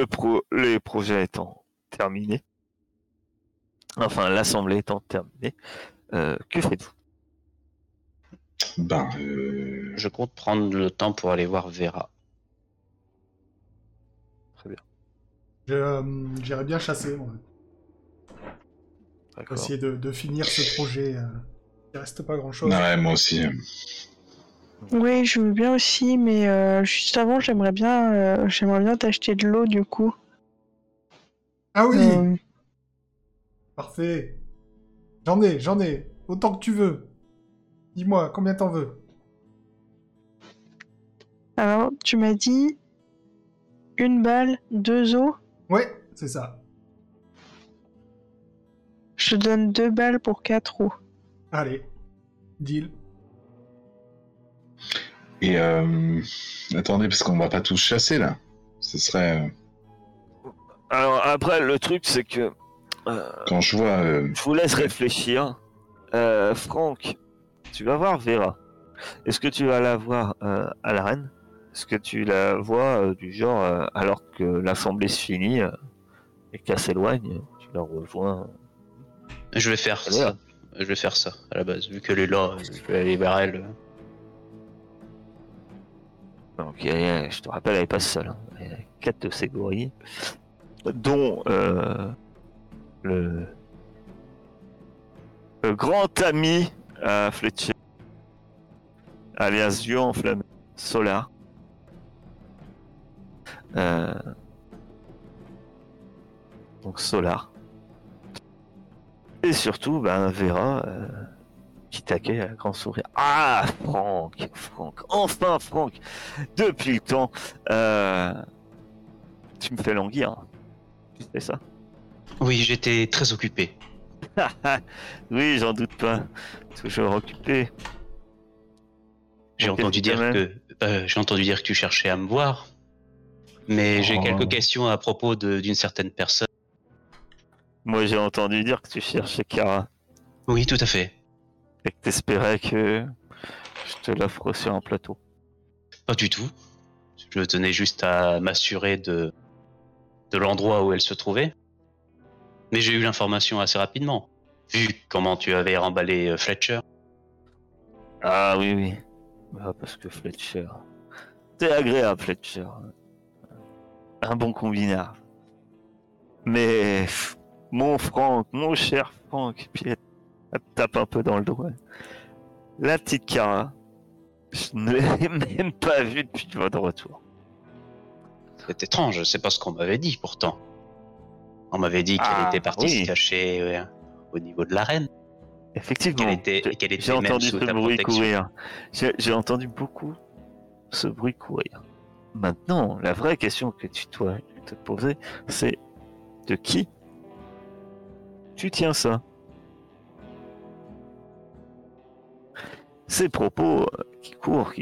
les projets étant terminés, enfin l'assemblée étant terminée, que faites-vous? Je compte prendre le temps pour aller voir Vera. Très bien. J'irais bien chasser, moi. D'accord. Essayer de finir ce projet. Il reste pas grand-chose. Ouais, moi aussi. Oui, je veux bien aussi, mais juste avant, j'aimerais bien t'acheter de l'eau du coup. Ah oui, Euh, parfait. J'en ai. Autant que tu veux. Dis-moi, combien t'en veux? Alors, tu m'as dit 1 balle, 2 os. Ouais, c'est ça. Je te donne 2 balles pour 4 os. Allez, deal. Et attendez, parce qu'on va pas tous chasser là. Ce serait Alors après, le truc c'est que quand je vois. je vous laisse réfléchir. Franck, tu vas voir Vera. Est-ce que tu vas la voir à l'arène? Est-ce que tu la vois du genre alors que l'assemblée se finit et qu'elle s'éloigne, tu la rejoins? Je vais faire ça. Je vais faire ça à la base. Vu qu'elle est là, je vais aller vers elle. Donc, je te rappelle, elle est pas seule. Hein. Il y a 4 de ses gorilles, dont le grand ami Fletcher, alias Yeux enflammé, Solar. Donc Solar. Et surtout, Vera, qui t'accueille à un grand sourire. Ah, Franck, enfin Franck, depuis le temps, tu me fais languir. Tu sais ça? Oui, j'étais très occupé. Oui, j'en doute pas. Toujours occupé. J'ai Donc, entendu dire évidemment. j'ai entendu dire que tu cherchais à me voir. Mais j'ai Oh. quelques questions à propos d'une certaine personne. Moi, j'ai entendu dire que tu cherchais Kara Oui, tout à fait. et que t'espérais que je te l'offre sur un plateau. Pas du tout. Je tenais juste à m'assurer de l'endroit où elle se trouvait. Mais j'ai eu l'information assez rapidement. Vu comment tu avais remballé Fletcher. Ah oui. Parce que Fletcher... C'est agréable, Fletcher. Un bon combinard. Mais mon Franck, mon cher Franck, puis elle te tape un peu dans le dos. Ouais. La petite Kara, je ne l'ai même pas vue depuis votre retour. C'est étrange, c'est pas ce qu'on m'avait dit pourtant. On m'avait dit qu'elle était partie se cacher au niveau de l'arène. Effectivement, qu'elle était j'ai même entendu sous ce ta bruit protection. courir. J'ai entendu beaucoup ce bruit courir. Maintenant, la vraie question que tu dois te poser, c'est de qui tu tiens ça? Ces propos qui courent,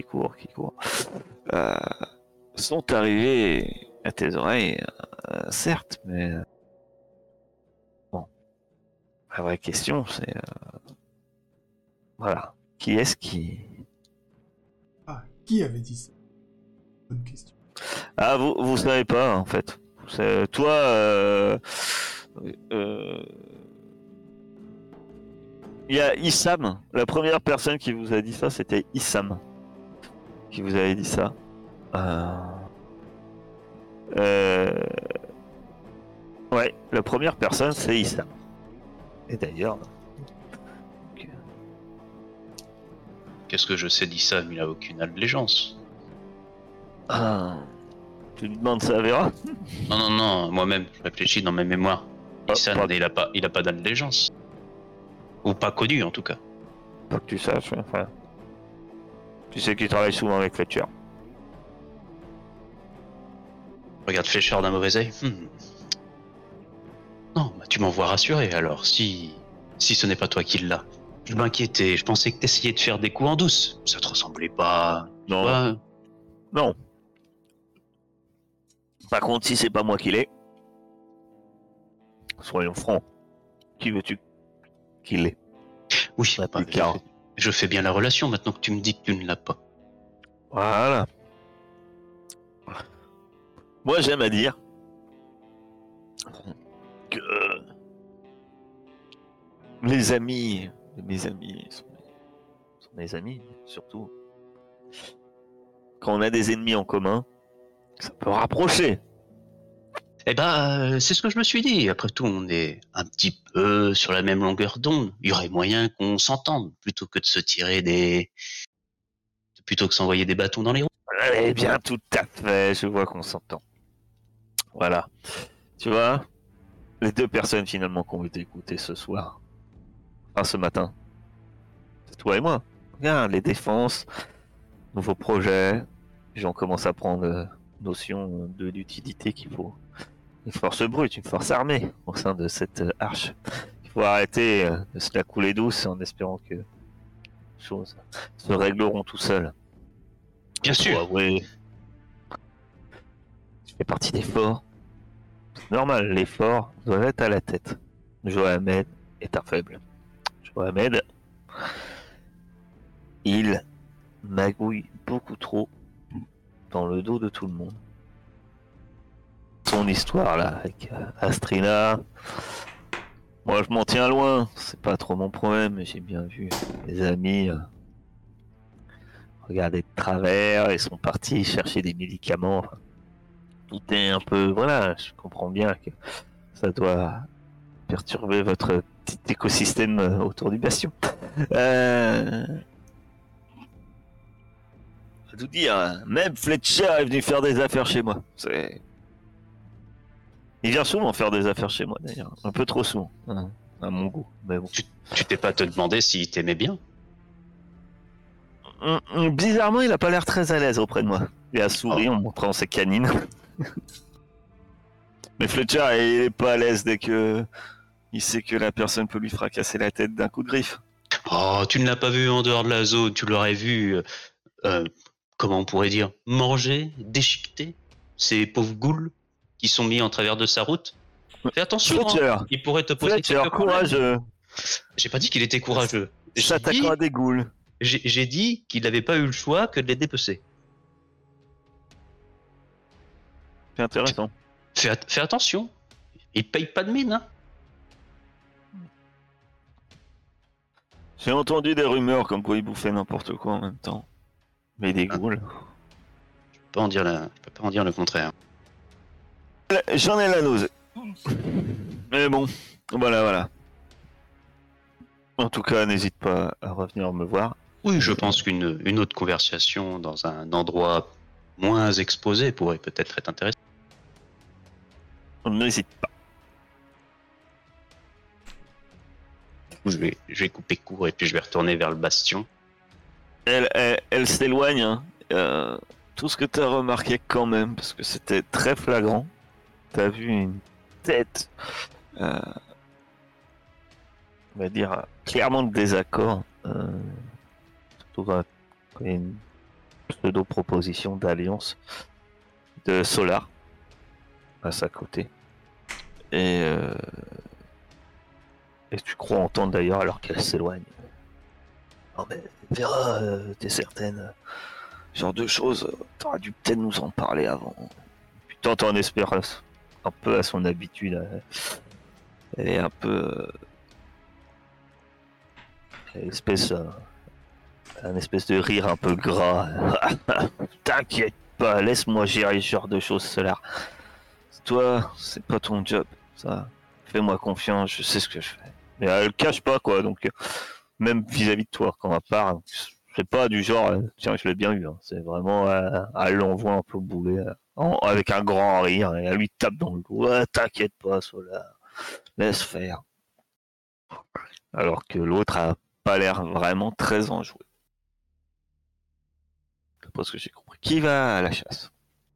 sont arrivés à tes oreilles, certes, mais bon, la vraie question, c'est voilà, qui est-ce qui... Ah, qui avait dit ça? Bonne question. Ah, vous savez pas, en fait. Toi, il y a Issam, la première personne qui vous a dit ça, c'était Issam, qui vous avait dit ça. Ouais, la première personne, c'est Issam. Et d'ailleurs... Qu'est-ce que je sais d'Issam? Il a aucune allégeance. Tu lui demandes ça à Vera? Non, moi-même, je réfléchis dans mes mémoires. Issam, il a pas d'allégeance. Ou pas connu, en tout cas. Pas que tu saches, enfin... Tu sais qu'il travaille souvent avec Fletcher. Regarde Fletcher d'un mauvais œil. Non, tu m'envoies rassuré alors, si ce n'est pas toi qui l'as. Je m'inquiétais, je pensais que t'essayais de faire des coups en douce. Ça te ressemblait pas... Non. Ouais. Non. Par contre, si c'est pas moi qui l'ai, soyons francs, qui veux-tu qu'il l'ait? Oui, je fais bien la relation maintenant que tu me dis que tu ne l'as pas. Voilà. Moi, j'aime à dire Les amis, mes amis sont mes amis, surtout. Quand on a des ennemis en commun, ça peut rapprocher. Eh ben, c'est ce que je me suis dit. Après tout, on est un petit peu sur la même longueur d'onde. Il y aurait moyen qu'on s'entende plutôt que de se tirer plutôt que s'envoyer des bâtons dans les roues. Eh bien, tout à fait, je vois qu'on s'entend. Voilà. Tu vois, les deux personnes finalement qui ont été écoutées ce soir, enfin ce matin, c'est toi et moi. Regarde, les défenses, nouveaux projets, les gens commencent à prendre notion de l'utilité qu'il faut. Une force brute, une force armée au sein de cette arche. Il faut arrêter de se la couler douce en espérant que les choses se régleront tout seuls. Bien sûr. Oui. Je fais partie des forts. C'est normal, les forts doivent être à la tête. Johamed est un faible. Johamed, il magouille beaucoup trop dans le dos de tout le monde. Son histoire là avec Astrina, moi je m'en tiens loin, c'est pas trop mon problème, mais j'ai bien vu les amis regarder de travers, ils sont partis chercher des médicaments. Enfin, tout est un peu, voilà, je comprends bien que ça doit perturber votre petit écosystème autour du bastion. Je vais tout dire, même Fletcher est venu faire des affaires chez moi. Il vient souvent faire des affaires chez moi d'ailleurs, un peu trop souvent, à mon goût, mais bon. Tu t'es pas te demander s'il t'aimait bien? Bizarrement, il a pas l'air très à l'aise auprès de moi. Il a souri en montrant ses canines. Mais Fletcher, il est pas à l'aise dès que il sait que la personne peut lui fracasser la tête d'un coup de griffe. Oh, tu ne l'as pas vu en dehors de la zone, tu l'aurais vu, comment on pourrait dire, manger, déchiqueter ces pauvres ghouls qui sont mis en travers de sa route. Fais attention, Fletcher, il pourrait te poser Fletcher, quelques problèmes. courageux. J'ai pas dit qu'il était courageux. S'attaquant à des ghouls. J'ai dit qu'il n'avait pas eu le choix que de les dépecer. C'est intéressant. Fais attention, il paye pas de mine, hein. J'ai entendu des rumeurs comme quoi il bouffait n'importe quoi en même temps. Mais des ghouls. Je peux pas en dire le contraire. J'en ai la nausée. Mais bon, voilà. En tout cas, n'hésite pas à revenir me voir. Oui, je pense qu'une autre conversation dans un endroit moins exposé pourrait peut-être être intéressante. N'hésite pas. Je vais couper court et puis je vais retourner vers le bastion. Elle s'éloigne. Hein. Tout ce que tu as remarqué quand même, parce que c'était très flagrant, tu as vu une tête, on va dire, clairement de désaccord. Surtout quand il y a une pseudo-proposition d'alliance de Solar à sa côté. Et tu crois entendre d'ailleurs alors qu'elle s'éloigne. Non mais Vera, t'es certaine, genre de choses, t'aurais dû peut-être nous en parler avant. Puis t'entends Espérance, un peu à son habitude, elle est un peu... un espèce de rire un peu gras. T'inquiète pas, laisse-moi gérer ce genre de choses, Solar. Toi, c'est pas ton job, ça. Fais-moi confiance, je sais ce que je fais. Mais elle le cache pas, quoi, donc même vis-à-vis de toi, quand elle parle, c'est pas du genre, tiens, je l'ai bien eu, hein. C'est vraiment, elle l'envoie un peu au boulet, avec un grand rire, et elle lui tape dans le dos. Ouais, t'inquiète pas, Solar, laisse faire. Alors que l'autre a pas l'air vraiment très enjoué. D'après ce que j'ai compris. Qui va à la chasse?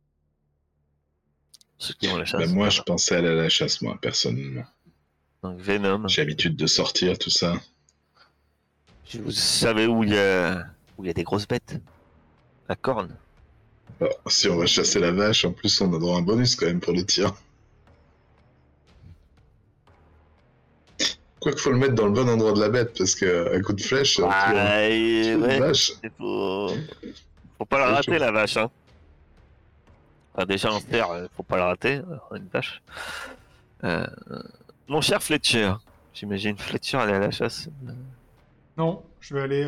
Ceux qui vont à la chasse. Bah, moi, je pensais aller à la chasse, moi, personnellement. Donc Venom. J'ai l'habitude de sortir, tout ça. Vous savez où il y a des grosses bêtes? La corne. Alors, si on va chasser la vache, en plus, on a droit à un bonus quand même pour les tirs. Quoi qu'il faut le mettre dans le bon endroit de la bête, parce qu'un coup de flèche, Ouais, une vache. Faut pas la rater, la vache. Hein. Enfin, déjà, en terre, faut pas la rater, une vache. Mon cher Fletcher, J'imagine Fletcher aller à la chasse. Non, je vais aller...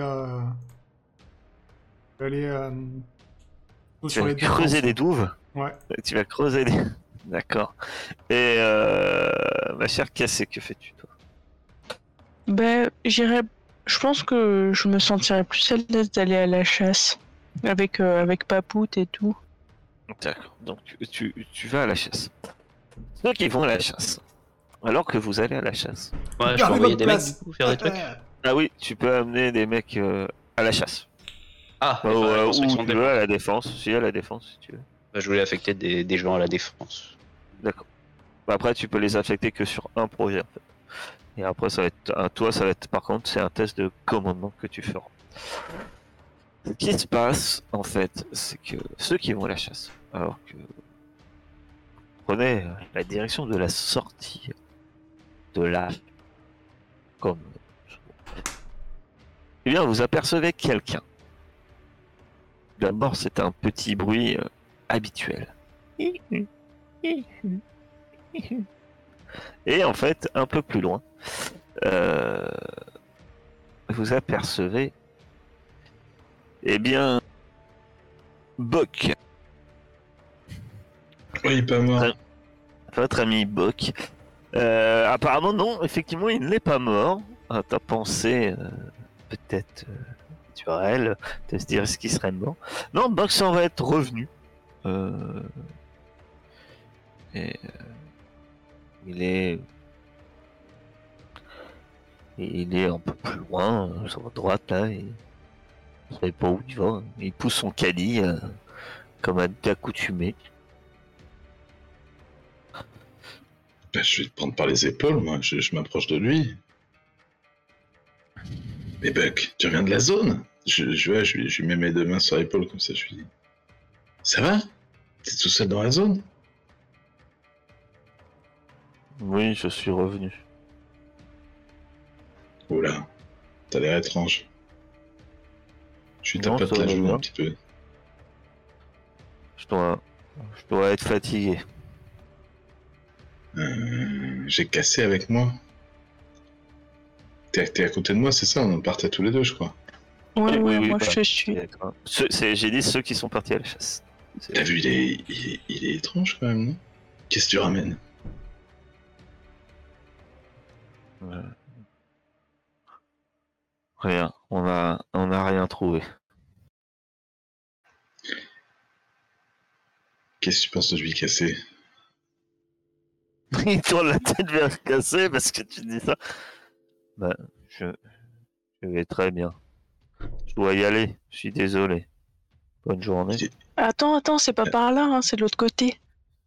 Tu sur vas les creuser des défenses. douves. Ouais. Tu vas creuser des... D'accord. Et ma chère Cassé, que fais-tu toi? Ben, j'irais. Je pense que je me sentirais plus à l'aise d'aller à la chasse. Avec Papout et tout. D'accord. Donc tu vas à la chasse. Ceux qui vont à la chasse. Alors que vous allez à la chasse. Ouais, je peux Gardez envoyer votre des mecs place. du coup faire des trucs. Ah oui, tu peux amener des mecs à la chasse. Ah, Ou et pas à la où construction tu de veux, défense. à la défense. Si, à la défense, si tu veux. Bah, je voulais affecter des gens à la défense. D'accord. Après, tu peux les affecter que sur un projet, en fait. Et après, ça va être... Toi, ça va être... Par contre, c'est un test de commandement que tu feras. Ce qui se passe, en fait, c'est que ceux qui vont à la chasse, alors que vous prenez la direction de la sortie de la... Comme... Eh bien, vous apercevez quelqu'un. D'abord, c'est un petit bruit habituel. Et en fait, un peu plus loin, vous apercevez, eh bien, Bock, Oui, pas mort. votre ami Bock. Apparemment, non, effectivement, il n'est pas mort. T'as pensé, peut-être, naturel, de se dire ce qui serait mort. Non, Bock s'en va être revenu. Et, il est un peu plus loin, sur la droite, là. Et je savais pas où tu vas. Il pousse son caddie, comme d'accoutumé. Bah, je vais te prendre par les épaules, moi. Je m'approche de lui. Mais Buck, tu reviens de la zone? Je lui mets mes 2 mains sur l'épaule comme ça, je lui dis. Ça va? T'es tout seul dans la zone? Oui, je suis revenu. Oula, t'as l'air étrange. Je lui Non, tapote ça la va joue bien. un petit peu. Je dois être fatigué. J'ai Cassé avec moi. T'es à côté de moi, c'est ça? On partait tous les deux, je crois. Ouais, Oui, moi bah, je te suis. J'ai dit ceux qui sont partis à la chasse. T'as vu, il est étrange quand même, non? Qu'est-ce que tu ramènes? Rien. On a rien trouvé. Qu'est-ce que tu penses de lui Cassé? Il tourne la tête vers Cassé parce que tu dis ça. Bah, je vais très bien. Je dois y aller. Je suis désolé. Bonne journée. Attends, c'est pas par là, hein, c'est de l'autre côté.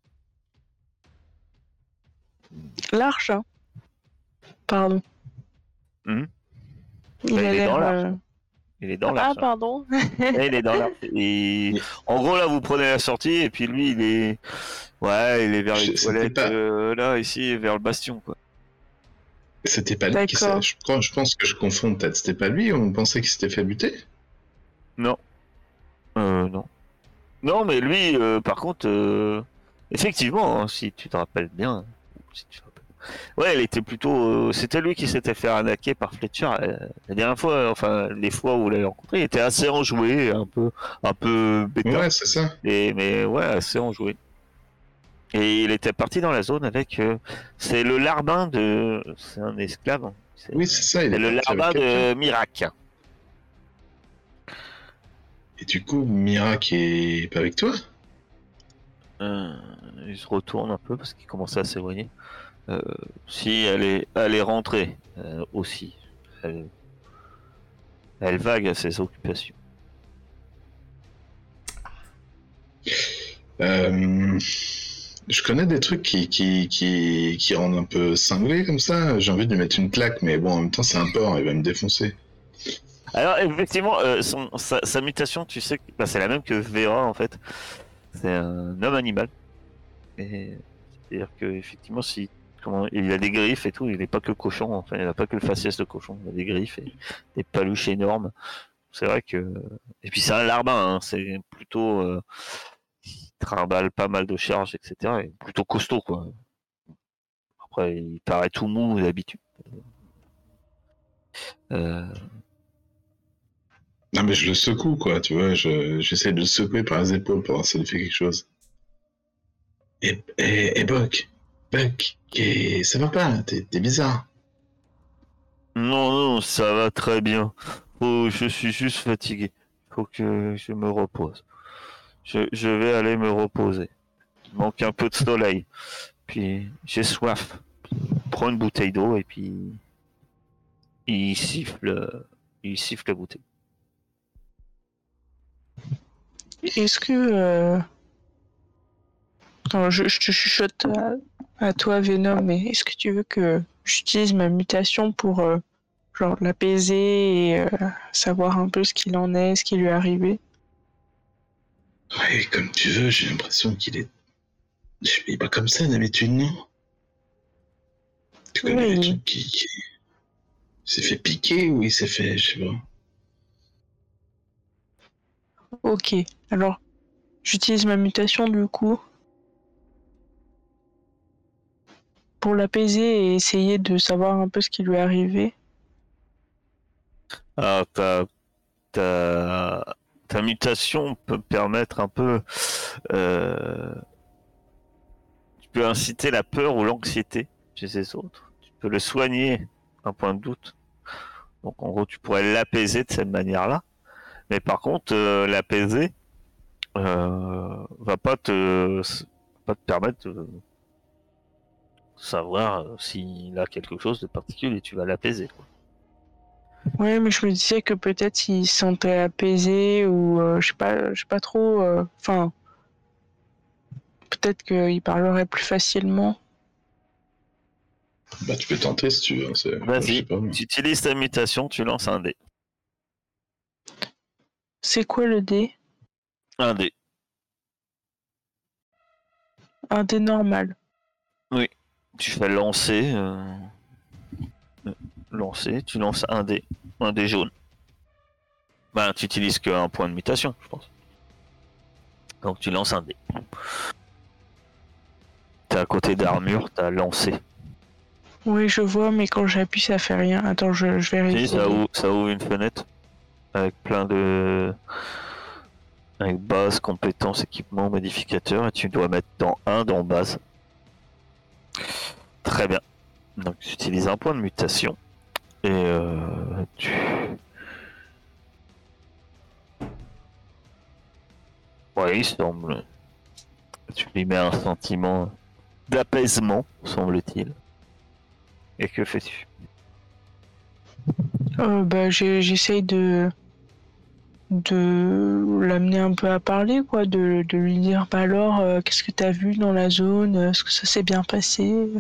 L'arche, hein. Pardon. Hmm. Il Bah, a il est dans l'air. l'arche. Il est dans Ah, l'arche. Hein. pardon. Ouais, il est dans l'arche. En gros, là, vous prenez la sortie et puis lui, il est vers les C'était toilettes, pas- là, ici, vers le bastion, quoi. C'était pas lui qui s'est... D'accord. Je pense que je confonds peut-être. C'était pas lui, on pensait qu'il s'était fait buter? Non. Non. Non, mais lui, par contre, effectivement, hein, si tu te rappelles bien, si tu te rappelles. Ouais, il était plutôt. C'était lui qui s'était fait arnaquer par Fletcher la dernière fois, enfin les fois où vous l'avez rencontré, il était assez enjoué, un peu bêta, Ouais, c'est ça. mais ouais, assez enjoué. Et il était parti dans la zone avec. C'est le larbin de. C'est un esclave. Hein. Oui, c'est ça, il C'est est le parti avec larbin quelqu'un. de Mirac. Et du coup, Mira qui est pas avec toi? Il se retourne un peu parce qu'il commençait à s'éloigner. Si elle est rentrée aussi. Elle vague à ses occupations. Je connais des trucs qui rendent un peu cinglé comme ça. J'ai envie de lui mettre une claque, mais bon, en même temps, c'est un porc, il va me défoncer. Alors effectivement, sa mutation, tu sais, bah, c'est la même que Vera en fait. C'est un homme animal. Et c'est-à-dire que effectivement, si il a des griffes et tout, il n'est pas que cochon. Enfin, il n'a pas que le faciès de cochon. Il a des griffes et des paluches énormes. C'est vrai que. Et puis c'est un larbin. Hein, c'est plutôt. Il trimballe pas mal de charges, etc. Et plutôt costaud quoi. Après, il paraît tout mou d'habitude. Euh, Non, mais je le secoue, quoi, tu vois. J'essaie de le secouer par les épaules pour voir si ça lui fait quelque chose. Buck, ça va pas, t'es bizarre. Non, non, ça va très bien. Je suis juste fatigué. Faut que je me repose. Je vais aller me reposer. Il manque un peu de soleil. Puis j'ai soif. Prends une bouteille d'eau et puis il siffle la bouteille. Est-ce que... attends, je te chuchote à toi, Venom, mais est-ce que tu veux que j'utilise ma mutation pour genre l'apaiser et savoir un peu ce qu'il en est, ce qui lui est arrivé? Ouais, comme tu veux, j'ai l'impression qu'il est. Il est pas comme ça d'habitude, non? Tu connais les Oui. trucs qui. Il s'est fait piquer ou il s'est fait. Je sais pas. Ok, alors j'utilise ma mutation du coup pour l'apaiser et essayer de savoir un peu ce qui lui est arrivé. Ah, ta mutation peut permettre un peu. euh, Tu peux inciter la peur ou l'anxiété chez ces autres. Tu peux le soigner un point de doute. Donc en gros, tu pourrais l'apaiser de cette manière-là. Mais par contre, l'apaiser va pas te permettre de savoir s'il a quelque chose de particulier. Tu vas l'apaiser, quoi. Ouais, mais je me disais que peut-être il se sentait apaisé ou je sais pas trop. Enfin, peut-être qu'il parlerait plus facilement. Bah, tu peux tenter si tu veux. Enfin, je sais Vas-y, pas. tu utilises ta mutation, tu lances un dé. C'est quoi le dé? Un dé. Un dé normal. Oui. Tu fais lancer, tu lances un dé jaune. Ben, tu utilises qu'un point de mutation, je pense. Donc tu lances un dé. T'es à côté d'armure, t'as lancé. Oui, je vois, mais quand j'appuie, ça fait rien. Attends, je vérifie. Si, ça ouvre une fenêtre avec plein de. Avec base, compétences, équipements, modificateurs, et tu dois mettre dans base. Très bien. Donc tu utilises un point de mutation. Et tu. Ouais, il semble. Tu lui mets un sentiment d'apaisement, semble-t-il. Et que fais-tu? Bah, j'essaye de l'amener un peu à parler, quoi, de lui dire, bah alors, qu'est-ce que t'as vu dans la zone? Est-ce que ça s'est bien passé?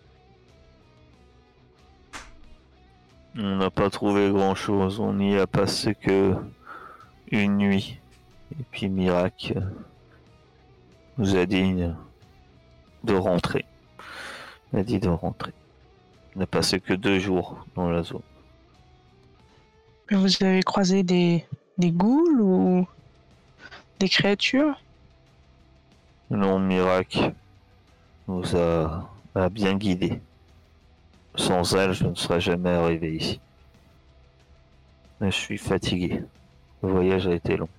On n'a pas trouvé grand-chose. On n'y a passé que une nuit. Et puis Mirac nous a dit de rentrer. Il a dit de rentrer. On n'a passé que 2 jours dans la zone. Mais vous avez croisé des ghouls ou des créatures? Non, Mirac nous a bien guidés. Sans elle, je ne serais jamais arrivé ici. Mais je suis fatigué. Le voyage a été long.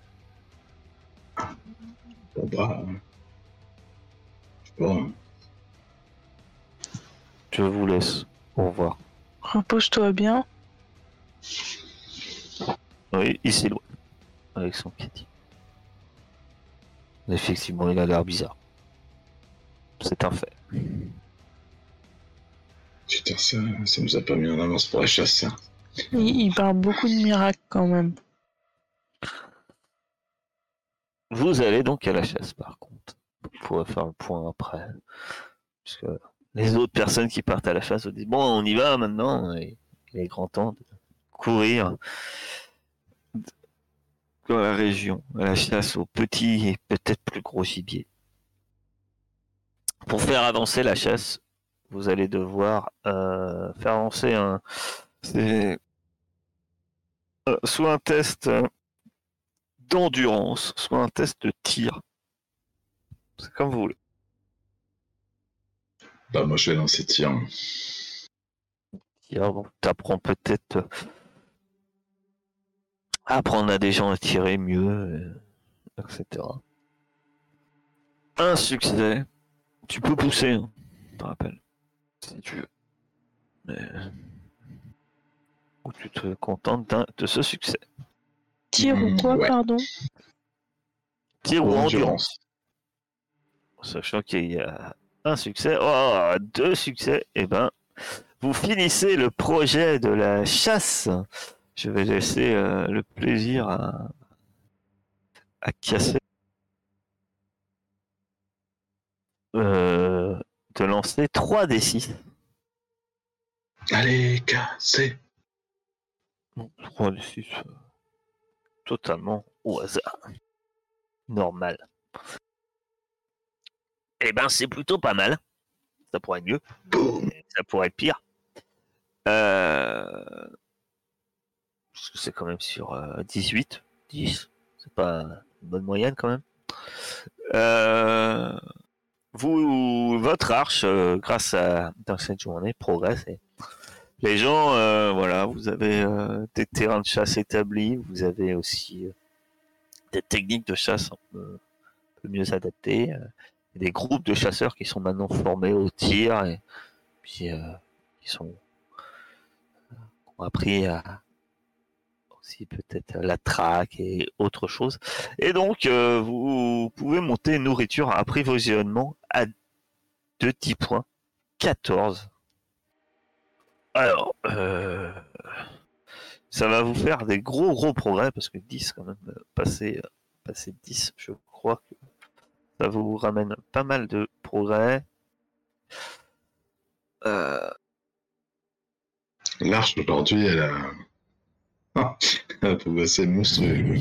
Bon, bah. Bon. Je vous laisse. Au revoir. Repose-toi bien. Oui, il s'éloigne avec son caddie. Effectivement, il a l'air bizarre. C'est un fait. Putain, ça nous a pas mis en avance pour la chasse, ça. Il parle beaucoup de miracles quand même. Vous allez donc à la chasse, par contre. Vous pourrez faire le point après. Puisque les autres personnes qui partent à la chasse vous disent bon, on y va maintenant. Et il est grand temps de courir dans la région, à la chasse aux petits et peut-être plus gros gibier. Pour faire avancer la chasse, vous allez devoir faire avancer soit un test d'endurance, soit un test de tir. C'est comme vous voulez. Bah, moi, je vais lancer tir. T'apprends peut-être à apprendre à des gens à tirer mieux, etc. Un succès. Tu peux pousser, hein, je te rappelle, si tu veux. Mais... Ou tu te contentes de ce succès. Tir ou quoi, Ouais. pardon? Tir ou Ou endurance. Sachant qu'il y a un succès, oh, 2 succès, et ben, vous finissez le projet de la chasse. Je vais laisser le plaisir à casser. De lancer 3d6. Allez, cassez. Bon, 3d6, totalement au hasard. Normal. Eh ben, c'est plutôt pas mal. Ça pourrait être mieux. Boum. Ça pourrait être pire. Parce que c'est quand même sur 18, 10. C'est pas une bonne moyenne quand même. Votre arche, grâce à dans cette journée, progresse. Et les gens, voilà, vous avez des terrains de chasse établis, vous avez aussi des techniques de chasse un peu mieux adaptées, des groupes de chasseurs qui sont maintenant formés au tir et puis qui ont appris à aussi peut-être la traque et autre chose. Et donc vous pouvez monter nourriture à approvisionnement à 10 points, 14. Alors, ça va vous faire des gros progrès parce que 10 quand même, passer 10, je crois que ça vous ramène pas mal de progrès. L'arche aujourd'hui, elle a. Elle peut bosser monstrueux.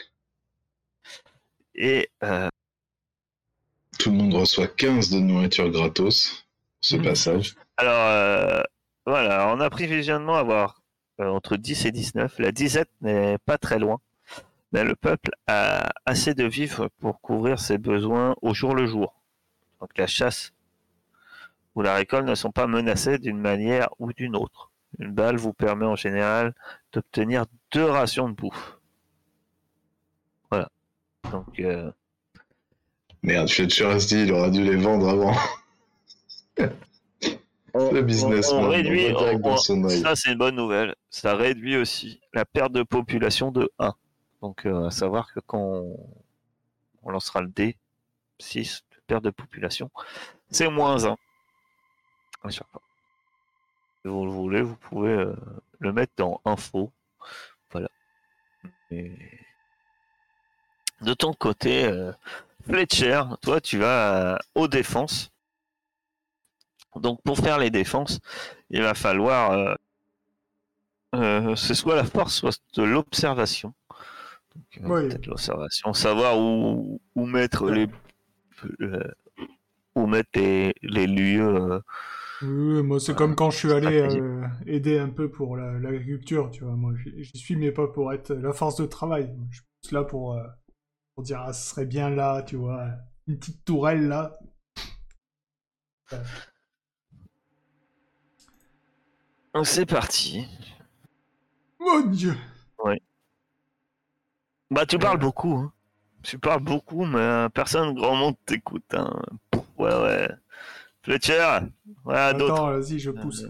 Et Tout le monde reçoit 15 de nourriture gratos. Ce passage. alors, voilà, en approvisionnement, avoir entre 10 et 19. La disette n'est pas très loin, mais le peuple a assez de vivres pour couvrir ses besoins au jour le jour. Donc la chasse ou la récolte ne sont pas menacés d'une manière ou d'une autre. Une balle vous permet en général d'obtenir 2 rations de bouffe. Voilà. Donc, Merde, Fletcher se dit, il aurait dû les vendre avant. Le businessman, on réduit, on va direct dans son œil. ça c'est une bonne nouvelle, ça réduit aussi la perte de population de 1. Donc à savoir que quand on lancera le dé, 6 de perte de population, c'est moins 1 à chaque fois. Si vous le voulez, vous pouvez le mettre dans info. Voilà. Et... De ton côté, Fletcher, toi tu vas aux défenses. Donc pour faire les défenses, il va falloir c'est soit la force, soit de l'observation. Donc, Oui. peut-être l'observation, savoir où mettre où mettre les lieux. Oui, moi, c'est comme quand je suis allé aider un peu pour l'agriculture, tu vois. Moi, j'y suis, mais pas pour être la force de travail. Je suis plus là pour dire, ah, ce serait bien là, tu vois, une petite tourelle là. C'est parti. Mon Dieu! Bah tu parles beaucoup. Hein. Tu parles beaucoup, mais personne grand monde t'écoute. Hein. Ouais. Fletcher, voilà d'autres. Attends, vas-y, je pousse.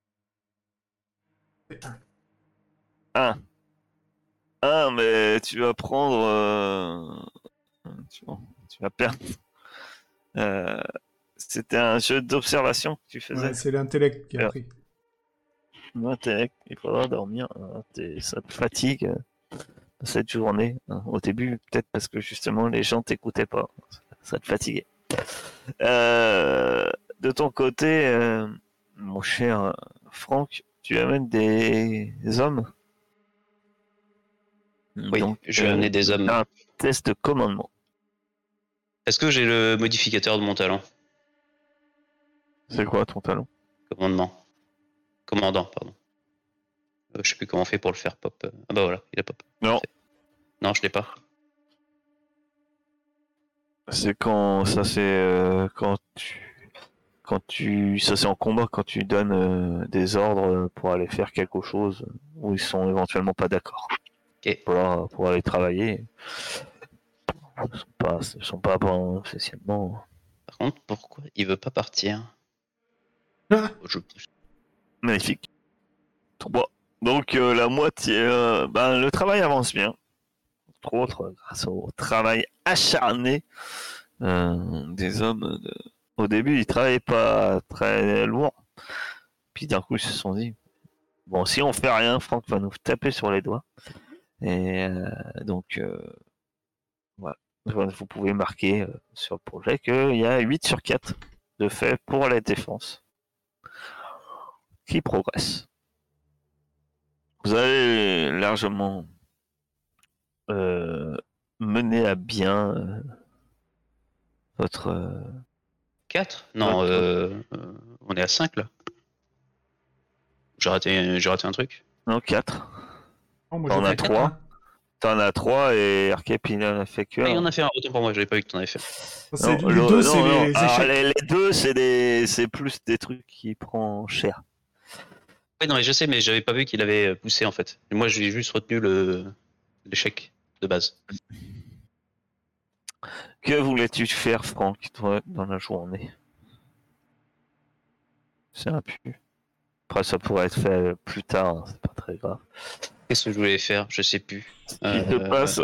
Un, mais tu vas prendre. Tu vas perdre. C'était un jeu d'observation que tu faisais. Ouais, c'est l'intellect qui a pris. L'intellect, il faudra dormir. Hein. Ça te fatigue cette journée. Hein. Au début, peut-être parce que justement les gens t'écoutaient pas. Ça te fatiguait. De ton côté, mon cher Franck, tu amènes des hommes. Oui, donc, je vais amener des hommes. Un test de commandement. Est-ce que j'ai le modificateur de mon talent? C'est quoi ton talent? Commandant, pardon. Je sais plus comment on fait pour le faire pop. Ah bah voilà, il a pop. Non. Non, je l'ai pas. C'est quand ça c'est quand ça c'est en combat, quand tu donnes des ordres pour aller faire quelque chose où ils sont éventuellement pas d'accord. Ok. Pour aller travailler. Ils sont pas spécialement Par contre, pourquoi il veut pas partir? Ah, Je- magnifiques. 3. Donc la moitié, le travail avance bien. Entre autres, grâce au travail acharné des hommes. Au début, ils travaillaient pas très lourd. Puis d'un coup, ils se sont dit, bon, si on fait rien, Franck va nous taper sur les doigts. Et donc, voilà. Vous pouvez marquer sur le projet qu'il y a 8 sur 4 de fait pour la défense qui progresse. Vous avez largement mené à bien votre... 4? Non, on est à 5 là. J'ai raté un truc. Non, 4. non, moi T'en j'ai as fait 4. 3. T'en as 3 et Arcep il en a fait que Ah, il y en un. a fait un, autant pour moi, j'avais pas vu que t'en avais fait. Les deux, c'est les Alors, échecs. les deux, c'est plus des trucs qui prend cher. Oui, non, mais je sais, mais j'avais pas vu qu'il avait poussé en fait. Et moi, j'ai juste retenu l'échec de base. Que voulais-tu faire, Franck, toi, dans la journée? C'est un pu. Après, ça pourrait être fait plus tard, hein, c'est pas très grave. Qu'est-ce que je voulais faire? Je sais plus. Ce qui se passe,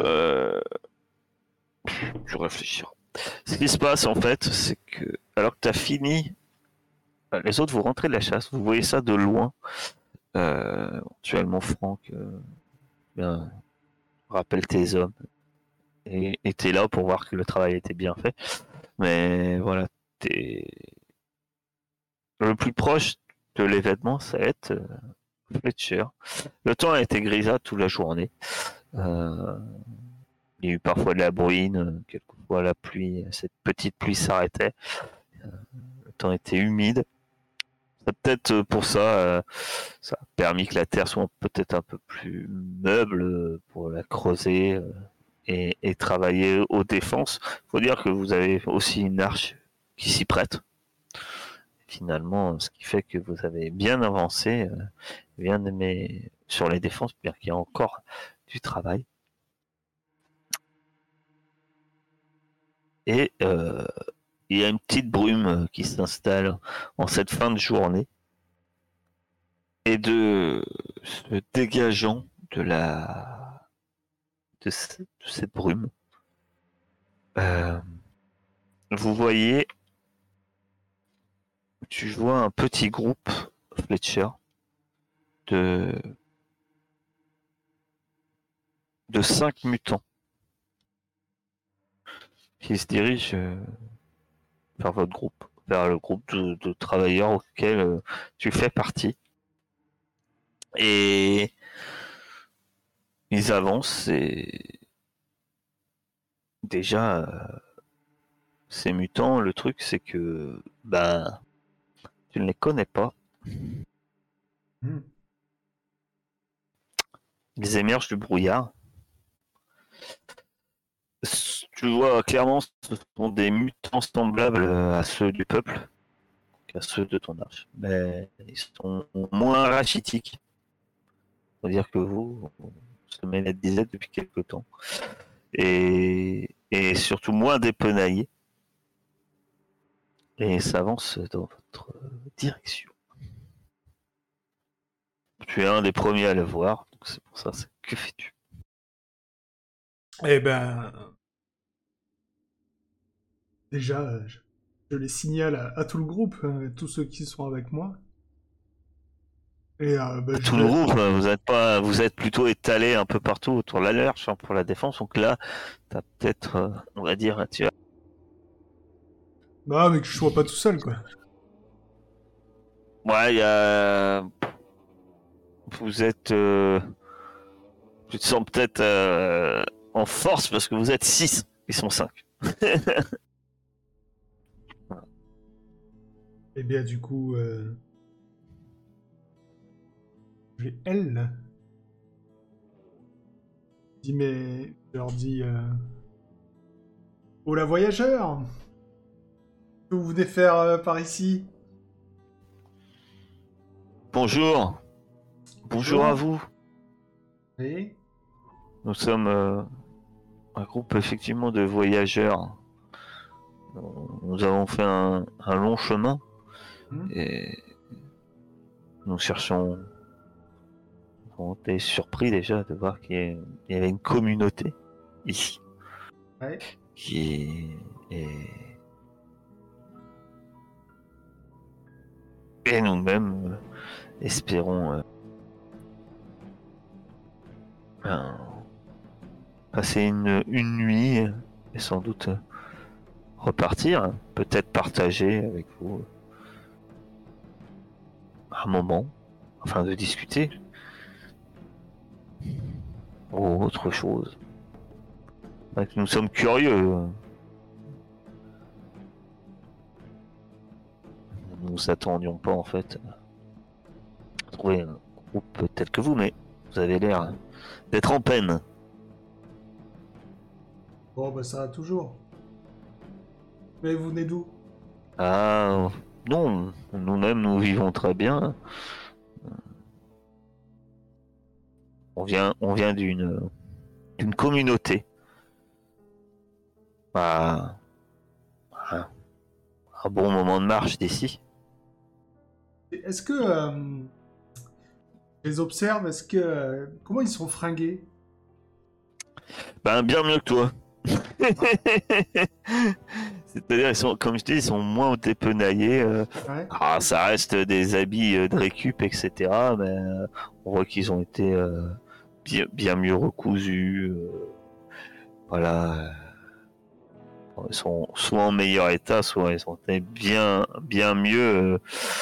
je réfléchis. Ce qui se passe en fait, c'est que alors que tu as fini, les autres vous rentrez de la chasse, vous voyez ça de loin. Éventuellement, Franck, rappelle tes hommes et t'es là pour voir que le travail était bien fait. Mais voilà, t'es le plus proche de l'événement, ça va être Fletcher. Le temps a été grisâtre toute la journée. Il y a eu parfois de la bruine, quelquefois la pluie, cette petite pluie s'arrêtait. Le temps était humide. Peut-être pour ça, ça a permis que la terre soit peut-être un peu plus meuble pour la creuser et travailler aux défenses. Il faut dire que vous avez aussi une arche qui s'y prête. Finalement, ce qui fait que vous avez bien avancé, bien aimé sur les défenses, bien qu'il y a encore du travail. Et il y a une petite brume qui s'installe en cette fin de journée. Et de se dégageant de cette brume, vous voyez, tu vois un petit groupe, Fletcher, de 5 mutants qui se dirigent vers votre groupe, vers le groupe de travailleurs auquel tu fais partie. Et ils avancent et déjà, ces mutants, le truc c'est que tu ne les connais pas. Ils émergent du brouillard. Tu vois clairement, ce sont des mutants semblables à ceux du peuple, qu'à ceux de ton arche. Mais ils sont moins rachitiques. Faut dire que vous semez la disette depuis quelque temps. Et surtout moins dépenaillés. Et s'avance dans votre direction. Tu es un des premiers à le voir, donc c'est pour ça, que fais-tu? Eh ben, déjà, je les signale à tout le groupe, tous ceux qui sont avec moi. Et Tout le groupe, vous êtes plutôt étalé un peu partout autour de la Lurch pour la défense, donc là, t'as peut-être, on va dire, tu vois. Bah, mais que je sois pas tout seul, quoi. Ouais, il y a. Vous êtes. Tu te sens peut-être en force parce que vous êtes 6, ils sont 5. Et bien, du coup, j'ai elle. Je leur dis, oh la voyageur, que vous venez faire par ici? Bonjour. Bonjour à vous. Oui. Nous sommes un groupe effectivement de voyageurs. Nous avons fait un long chemin et nous cherchons. On était surpris déjà de voir qu'il y avait une communauté ici qui est... Et nous-mêmes espérons passer une nuit et sans doute repartir, peut-être partager avec vous un moment afin de discuter ou autre chose. Donc, nous sommes curieux. Nous nous attendions pas en fait à trouver un groupe tel que vous, mais vous avez l'air d'être en peine. Bon, bah ça va toujours. Mais vous venez d'où? Ah non, nous-mêmes nous vivons très bien. On vient d'une communauté. À un bon moment de marche d'ici. Est-ce que je les observe? Est-ce que comment ils sont fringués? Ben bien mieux que toi. C'est-à-dire, ils sont, comme je dis, ils sont moins dépenaillés. Ça reste des habits de récup, etc. Mais on voit qu'ils ont été bien mieux recousus. Voilà. Ils sont soit en meilleur état, soit ils sont bien mieux.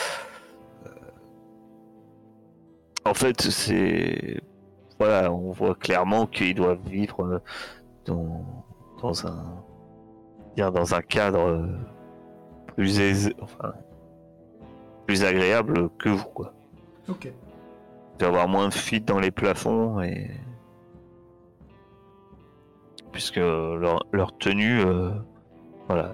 En fait, c'est... Voilà, on voit clairement qu'ils doivent vivre dans un cadre plus aisé, enfin, plus agréable que vous, quoi. Ok. Il doit y avoir moins de fuites dans les plafonds et puisque leur tenue, voilà.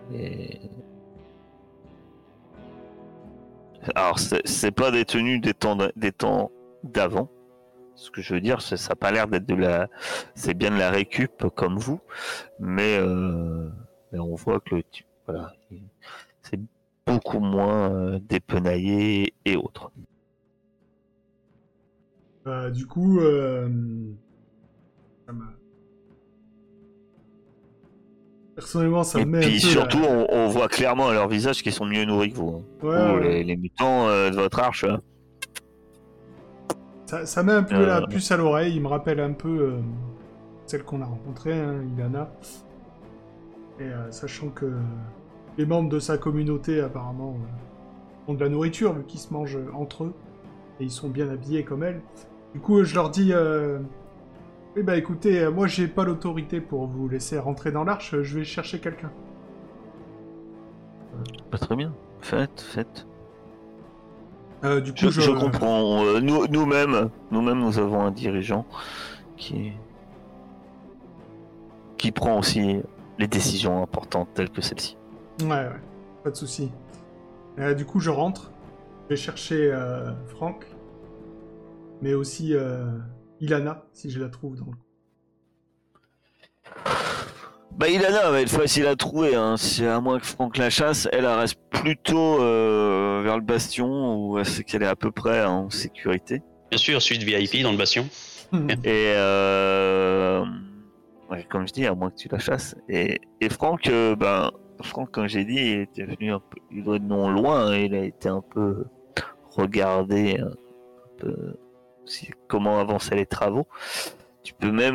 Alors c'est pas des tenues des temps d'avant. Ce que je veux dire, ça n'a pas l'air d'être c'est bien de la récup comme vous, mais on voit que voilà, c'est beaucoup moins dépenaillé et autres. Du coup, personnellement, ça me met un peu. Et puis surtout, on voit clairement à leur visage qu'ils sont mieux nourris que vous. Ouais. Les mutants de votre arche. Ça met un peu la puce à l'oreille. Il me rappelle un peu celle qu'on a rencontrée, hein, Ilana. Et sachant que les membres de sa communauté, apparemment, ont de la nourriture, vu qu'ils se mangent entre eux. Et ils sont bien habillés comme elle. Du coup, je leur dis... Oui, bah écoutez, moi j'ai pas l'autorité pour vous laisser rentrer dans l'arche, je vais chercher quelqu'un. Très bien, faites. Du coup, je comprends. Nous-mêmes, nous avons un dirigeant qui prend aussi les décisions importantes telles que celle-ci. Ouais, pas de souci. Du coup, je rentre, je vais chercher Franck, mais aussi Ilana, si je la trouve dans le... Bah Ilana va être facile à trouver, hein. C'est à moins que Franck la chasse, elle reste plutôt vers le bastion où elle sait qu'elle est à peu près en sécurité. Bien sûr, suite VIP dans le bastion. Et ouais, comme je dis, à moins que tu la chasses. Et Franck, Franck, comme j'ai dit, il était venu un peu, il doit être non loin, hein. Il a été un peu regardé, un peu comment avançaient les travaux. Tu peux même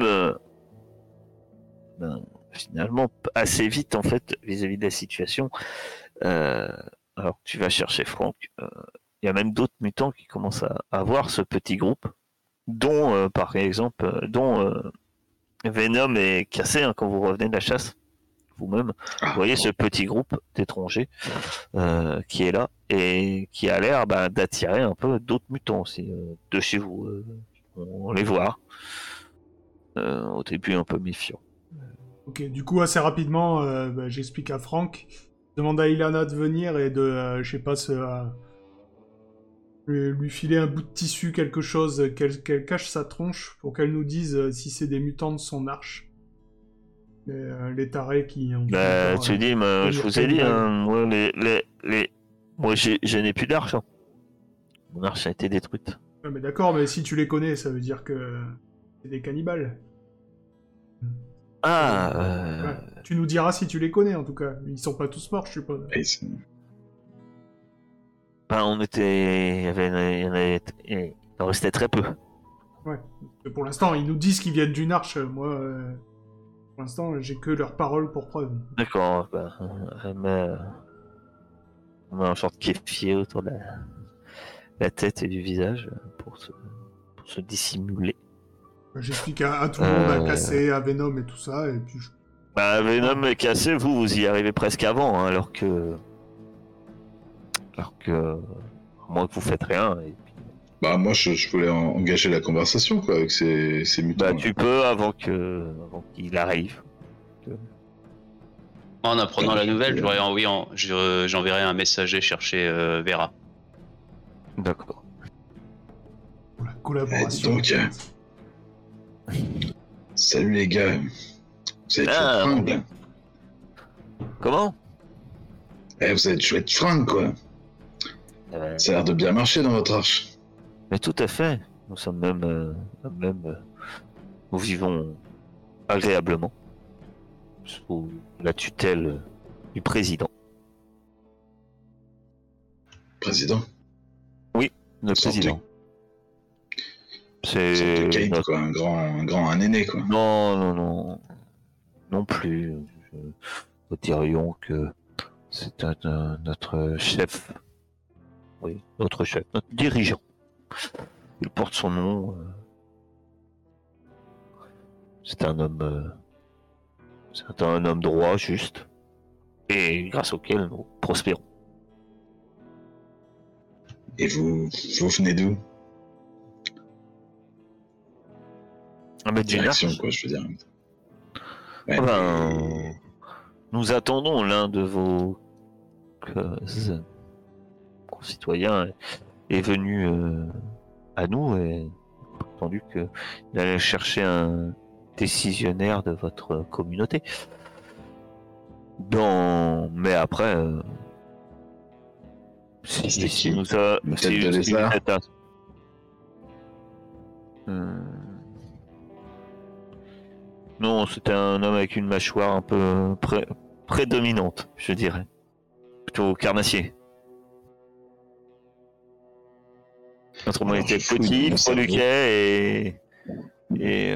finalement assez vite en fait vis-à-vis de la situation. Alors que tu vas chercher Franck, il y a même d'autres mutants qui commencent à voir ce petit groupe, dont par exemple, Venom est cassé, hein, quand vous revenez de la chasse. Vous-même, vous voyez ce petit groupe d'étrangers qui est là et qui a l'air d'attirer un peu d'autres mutants aussi de chez vous. On les voit. Au début un peu méfiant. Ok, du coup, assez rapidement, j'explique à Franck demande à Ilana de venir et de, je sais pas, lui filer un bout de tissu, quelque chose, qu'elle cache sa tronche pour qu'elle nous dise si c'est des mutants de son arche. Les tarés qui ont... Bah, tu dis, mais je vous ai dit, cannibales. hein, moi, moi je n'ai plus d'arche. Hein. Mon arche a été détruite. Ouais, mais d'accord, mais si tu les connais, ça veut dire que c'est des cannibales. Ah, Ouais. Tu nous diras si tu les connais, en tout cas. Ils sont pas tous morts, je suppose. Et c'est- ben, on était, il en restait très peu. Ouais. Et pour l'instant, ils nous disent qu'ils viennent d'une arche. Moi, pour l'instant, j'ai que leurs paroles pour preuve. D'accord, ben, on met un short kéfier autour de la tête et du visage pour se dissimuler. J'explique à tout le monde, à Euh, Cassé, à Venom et tout ça, et puis Bah, Venom est cassé, vous y arrivez presque avant, hein, alors que, à moins que vous faites rien. Et puis, Bah, moi, je voulais engager la conversation, quoi, avec ces mutants. bah, là. tu peux avant qu'il arrive. En apprenant la nouvelle, Ouais. j'enverrai un messager chercher Vera. D'accord. pour la collaboration. donc, Salut les gars. Vous avez Ah, chouette fringue, là. Comment? Vous avez de chouette fringue, quoi. Ça a l'air de bien marcher dans votre arche. Mais tout à fait. Nous sommes nous vivons agréablement sous la tutelle du président. Président. Le Sorte président. Une sorte de C'est Kate, notre... quoi. Un aîné, quoi. Non plus. Nous dirions que c'est notre chef. Oui, notre chef, notre dirigeant. Il porte son nom. C'est un homme droit, juste, et grâce auquel nous prospérons. Et vous venez d'où? Direction, quoi, je veux dire. Ouais, Nous attendons l'un de vos concitoyens est venu à nous et entendu qu'il allait chercher un décisionnaire de votre communauté. Mais après, C'était qui? nous a, Une tête de lézard? Non, c'était un homme avec une mâchoire un peu prédominante, je dirais. Plutôt carnassier. Autrement, il Alors, était je fouille dans petit, mon cerveau. freluquet et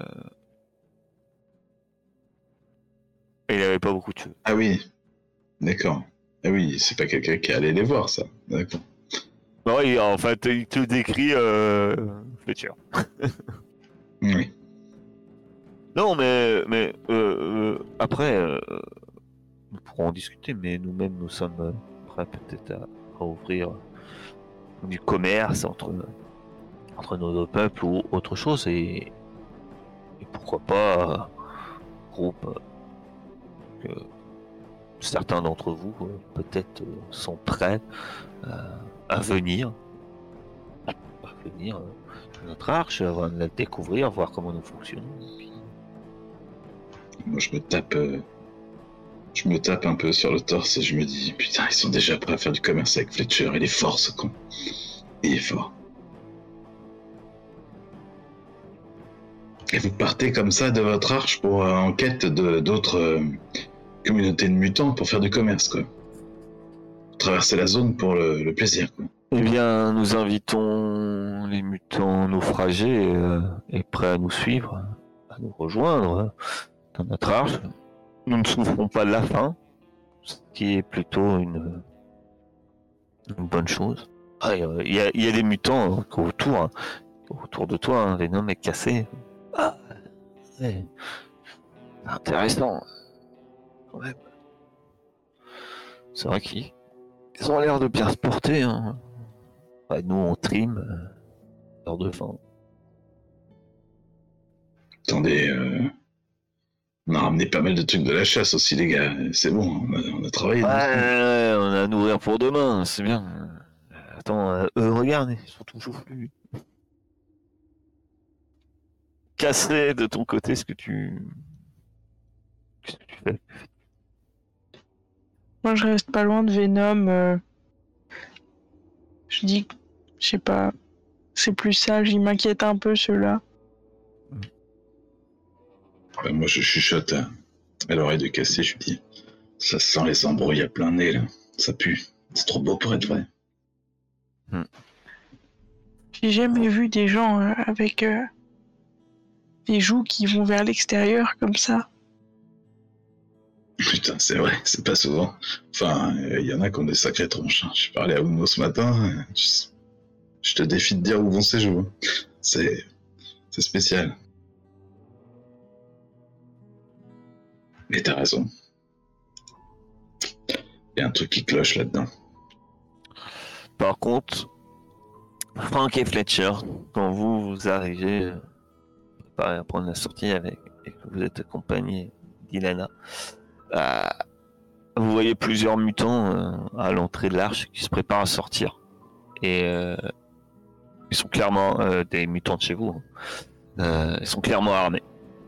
il avait pas beaucoup de cheveux. Ah oui, d'accord. Ah oui, c'est pas quelqu'un qui est allé les voir, ça. D'accord. Oui, en fait, il te décrit Fletcher. Oui. Non, mais après, nous pourrons en discuter, mais nous-mêmes, nous sommes prêts peut-être à ouvrir du commerce entre nos deux peuples ou autre chose, et pourquoi pas groupe que certains d'entre vous peut-être sont prêts à venir à notre arche, à la découvrir, voir comment nous fonctionnons. Et puis... Moi, je me tape un peu sur le torse et je me dis, putain, ils sont déjà prêts à faire du commerce avec Fletcher. Il est fort, ce con. Il est fort. Et vous partez comme ça de votre arche pour en quête d'autres communautés de mutants pour faire du commerce, quoi. Traverser la zone pour le plaisir, quoi. Eh bien, nous invitons les mutants naufragés et prêts à nous suivre, à nous rejoindre dans notre arche. Nous ne souffrons pas de la faim, ce qui est plutôt une bonne chose. Ah, il y a des mutants autour de toi, hein, Venom est cassé. Ah, c'est intéressant, quand même. C'est vrai qu'ils ont l'air de bien se porter, hein. Ouais, nous, on trime heure de faim. Attendez, On a ramené pas mal de trucs de la chasse aussi, les gars. C'est bon, on a travaillé. Ouais, on a à nourrir pour demain, c'est bien. Attends, eux, regarde, ils sont toujours plus cassés de ton côté, qu'est-ce que tu fais? Moi, je reste pas loin de Venom. Je dis, je sais pas, c'est plus sage, il m'inquiète un peu ceux-là. Moi, je chuchote à l'oreille de Cassé, je lui dis ça sent les embrouilles à plein nez, là. Ça pue. C'est trop beau pour être vrai. J'ai jamais vu des gens avec des joues qui vont vers l'extérieur comme ça. Putain, c'est vrai, c'est pas souvent. Enfin, il y en a qui ont des sacrées tronches. Hein. Je parlais à Uno ce matin. Je te défie de dire où vont ces joues. C'est spécial. Mais t'as raison. Il y a un truc qui cloche là-dedans. Par contre, Frank et Fletcher, quand vous arrivez préparez à prendre la sortie avec et que vous êtes accompagné d'Ilana, vous voyez plusieurs mutants à l'entrée de l'arche qui se préparent à sortir. Et ils sont clairement des mutants de chez vous. Ils sont clairement armés.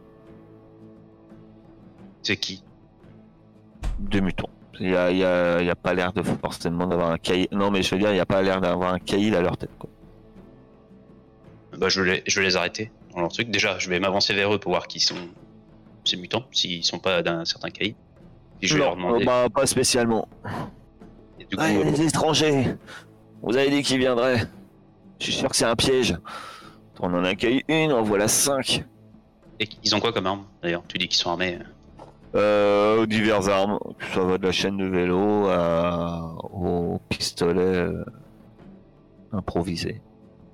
C'est qui? Deux mutants. Il y a pas l'air de forcément d'avoir un caïd. Non, mais je veux dire, il y a pas l'air d'avoir un caïd à leur tête, quoi. Bah, je vais les arrêter dans leur truc. Déjà, je vais m'avancer vers eux pour voir qui sont ces mutants, s'ils sont pas d'un certain caïd. Puis je vais leur demander. Bah, pas spécialement. Et du coup, Les étrangers. Vous avez dit qu'ils viendraient. Je suis sûr que c'est un piège. On en accueille une, en voilà 5. et ils ont quoi comme arme d'ailleurs? Tu dis qu'ils sont armés. Diverses armes. Ça va de la chaîne de vélo au pistolet improvisé.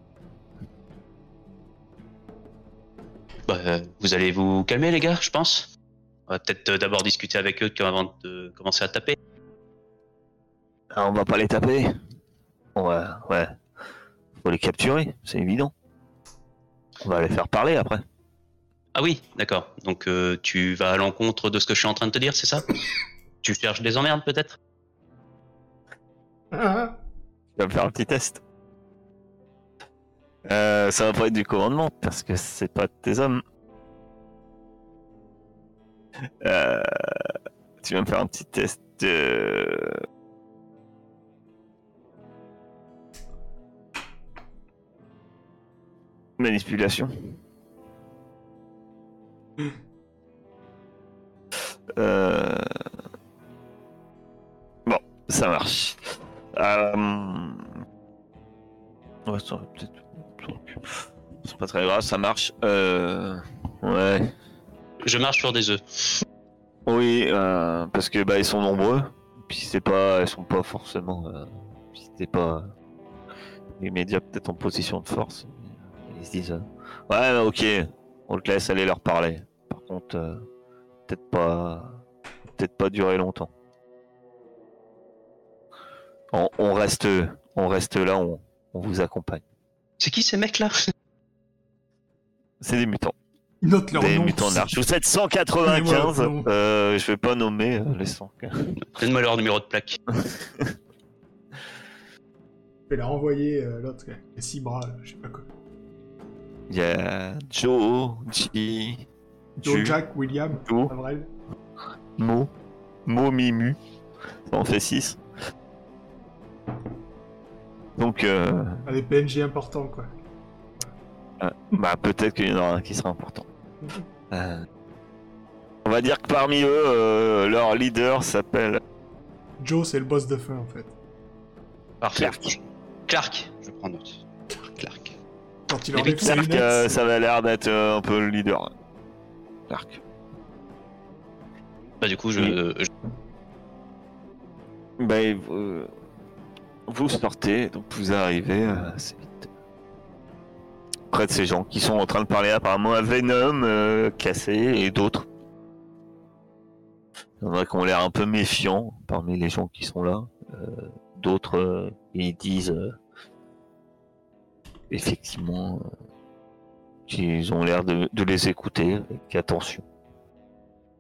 Bah, vous allez vous calmer les gars, je pense. On va peut-être d'abord discuter avec eux avant de commencer à taper. Ah, on va pas les taper. Ouais. Faut les capturer, c'est évident. On va les faire parler après. Ah oui, d'accord. Donc tu vas à l'encontre de ce que je suis en train de te dire, c'est ça? Tu cherches des emmerdes peut-être? Ah, Tu vas me faire un petit test. Ça va pas être du commandement parce que c'est pas tes hommes. Tu vas me faire un petit test de... manipulation. Bon, ça marche. Ouais, ça va peut-être... C'est pas très grave, ça marche. Ouais. Je marche sur des œufs. Oui, parce que ils sont nombreux. Puis ils sont pas forcément. C'était pas les médias peut-être en position de force. Ils se disent, ouais, ok, on te laisse aller leur parler. Par contre, peut-être pas durer longtemps. On reste là, on vous accompagne. C'est qui ces mecs là? C'est des mutants. ils notent leur Des nom. mutants de l'arche. Vous êtes 195. Je vais pas nommer les 100. Donne-moi leur numéro de plaque. Je vais la renvoyer l'autre, qui a 6 bras, là, je sais pas quoi. Il y a Joe, G, Joe, Ju, Jack, William, Joe. Avril. Mo, Mimu. Ça en fait 6. Donc, Ah, des PNJ importants, quoi. peut-être qu'il y en aura un qui sera important. On va dire que parmi eux, leur leader s'appelle Joe, c'est le boss de fin, en fait. Parfait. Clark. Clark, je prends note. Clark. Quand il Les enlève ses Clark, lunettes, ça va l'air d'être un peu le leader. Clark. Bah du coup, Vous sortez, donc vous arrivez assez vite près de ces gens qui sont en train de parler apparemment à Venom, Cassé et d'autres. Il y en a qui ont l'air un peu méfiants parmi les gens qui sont là. D'autres, ils disent effectivement qu'ils ont l'air de les écouter avec attention.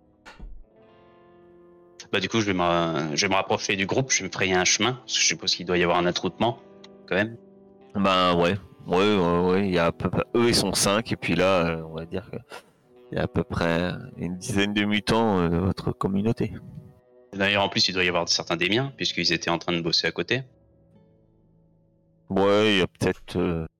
Bah du coup, je vais me rapprocher du groupe, je vais me frayer un chemin, parce que je suppose qu'il doit y avoir un attroupement, quand même. Ben ouais. Ouais. Il y a à peu près... Eux, ils sont 5, et puis là, on va dire qu'il y a à peu près une dizaine de mutants de votre communauté. D'ailleurs, en plus, il doit y avoir certains des miens, puisqu'ils étaient en train de bosser à côté. Ouais, il y a peut-être...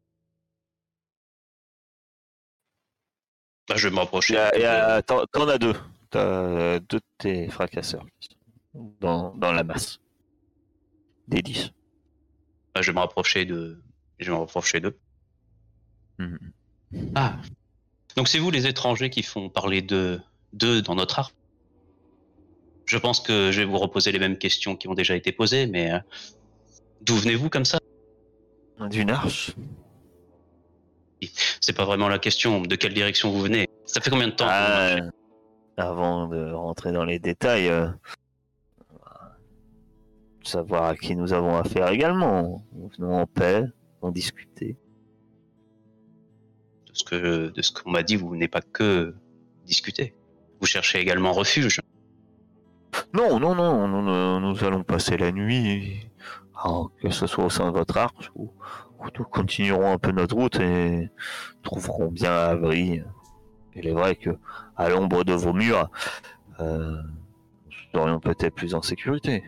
Bah, je vais me rapprocher. Du coup, T'en as deux. T'as deux de tes fracasseurs qui sont dans la masse. Des 10. bah, je vais me rapprocher de... Je vais me rapprocher d'eux. Mhm. Ah, donc c'est vous les étrangers qui font parler d'eux dans notre art. Je pense que je vais vous reposer les mêmes questions qui ont déjà été posées, mais d'où venez-vous comme ça? D'une arche. C'est pas vraiment la question. De quelle direction vous venez? Ça fait combien de temps que vous marchez? Avant de rentrer dans les détails, savoir à qui nous avons affaire également. Nous venons en paix, on discutait. De ce qu'on m'a dit, vous venez pas que discuter. Vous cherchez également refuge. Non, nous allons passer la nuit, que ce soit au sein de votre arche, ou nous continuerons un peu notre route et trouverons bien un abri. Il est vrai que à l'ombre de vos murs, nous serions peut-être plus en sécurité.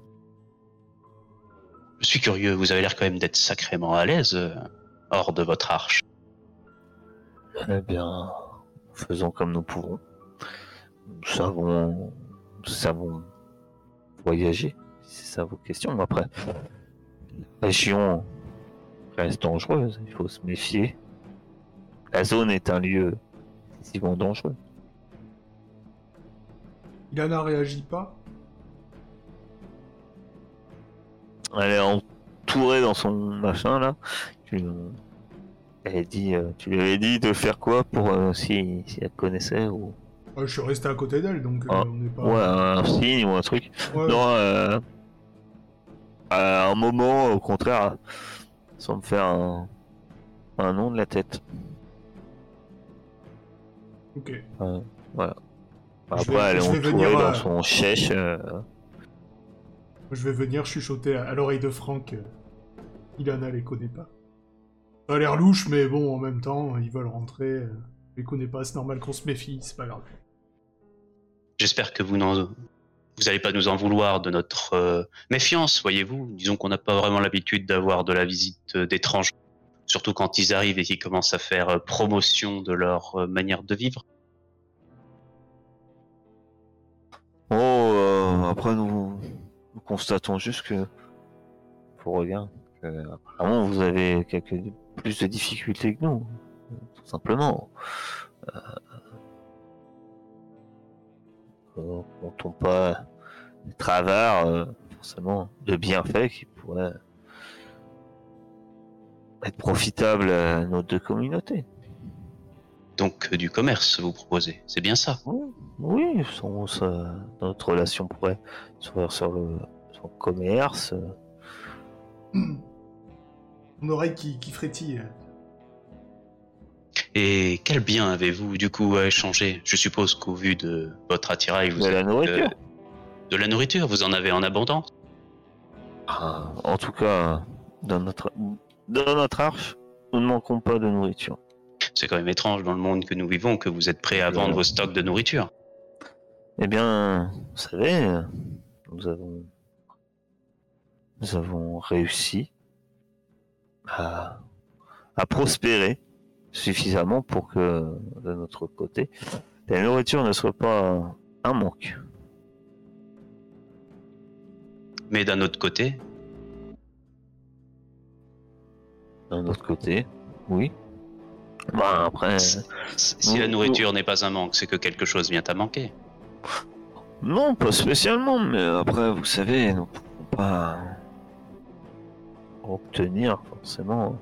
Je suis curieux, vous avez l'air quand même d'être sacrément à l'aise hors de votre arche. Eh bien, faisons comme nous pouvons. Nous savons voyager, si c'est ça vos questions. Après, la région reste dangereuse, il faut se méfier. La zone est un lieu excessivement dangereux. Ilana réagit pas. Elle est entourée dans son machin là. Elle dit, tu lui avais dit de faire quoi pour si elle connaissait ou Je suis resté à côté d'elle, donc Ah, on n'est pas... ouais, un signe ou un truc. Ouais. Non, à un moment, au contraire, sans me faire un nom de la tête. Ok. Voilà. Je Après, vais- elle est je vais entourée venir, dans son chèche. Je vais venir chuchoter à l'oreille de Franck. Ilana les connaît pas. Ça a l'air louche, mais bon, en même temps, ils veulent rentrer. Je les connais pas, c'est normal qu'on se méfie, c'est pas grave. J'espère que vous allez pas nous en vouloir de notre méfiance, voyez-vous. Disons qu'on n'a pas vraiment l'habitude d'avoir de la visite d'étrangers, surtout quand ils arrivent et qu'ils commencent à faire promotion de leur manière de vivre. Après, nous constatons juste que, pour regarder, apparemment, vous avez plus de difficultés que nous, tout simplement. Comptons pas des travers, forcément, de bienfaits qui pourraient être profitables à nos deux communautés. Donc du commerce, vous proposez, c'est bien ça. Oui, notre relation pourrait s'ouvrir sur le commerce. Mon oreille qui frétille. Et quel bien avez-vous du coup à échanger? Je suppose qu'au vu de votre attirail, vous De la êtes, nourriture. de la nourriture, vous en avez en abondance. En tout cas, dans notre arche, nous ne manquons pas de nourriture. C'est quand même étrange dans le monde que nous vivons que vous êtes prêts à vendre vos stocks de nourriture. Eh bien, vous savez, nous avons réussi à prospérer suffisamment pour que, de notre côté, la nourriture ne soit pas un manque. Mais d'un autre côté, Oui. Bah, après, si la nourriture n'est pas un manque, c'est que quelque chose vient à manquer. non, pas spécialement, mais après, vous savez, nous ne pouvons pas obtenir forcément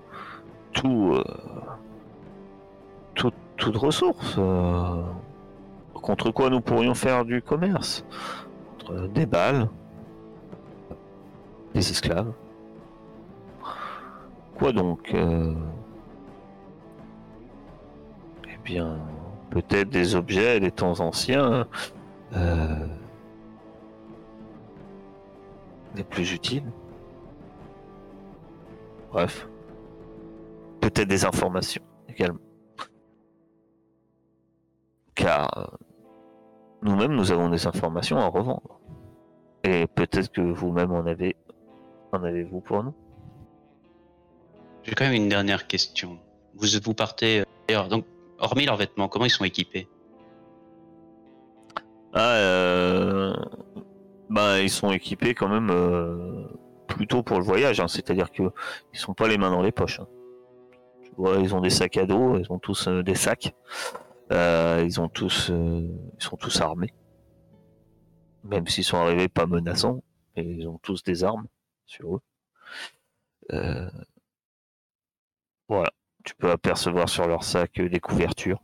toute ressource. Contre quoi nous pourrions faire du commerce? Contre des balles, des esclaves. Quoi donc Eh bien, peut-être des objets des temps anciens les plus utiles. Bref. Peut-être des informations également. Car nous-mêmes, nous avons des informations à revendre. Et peut-être que vous-même en avez-vous pour nous? J'ai quand même une dernière question. Vous partez d'ailleurs, donc hormis leurs vêtements, comment ils sont équipés? Ils sont équipés quand même plutôt pour le voyage, hein. C'est-à-dire que ils sont pas les mains dans les poches, hein. Tu vois, ils ont des sacs à dos, ils ont tous des sacs, ils sont tous armés, même s'ils sont arrivés pas menaçants, et ils ont tous des armes sur eux. Voilà, tu peux apercevoir sur leur sac des couvertures.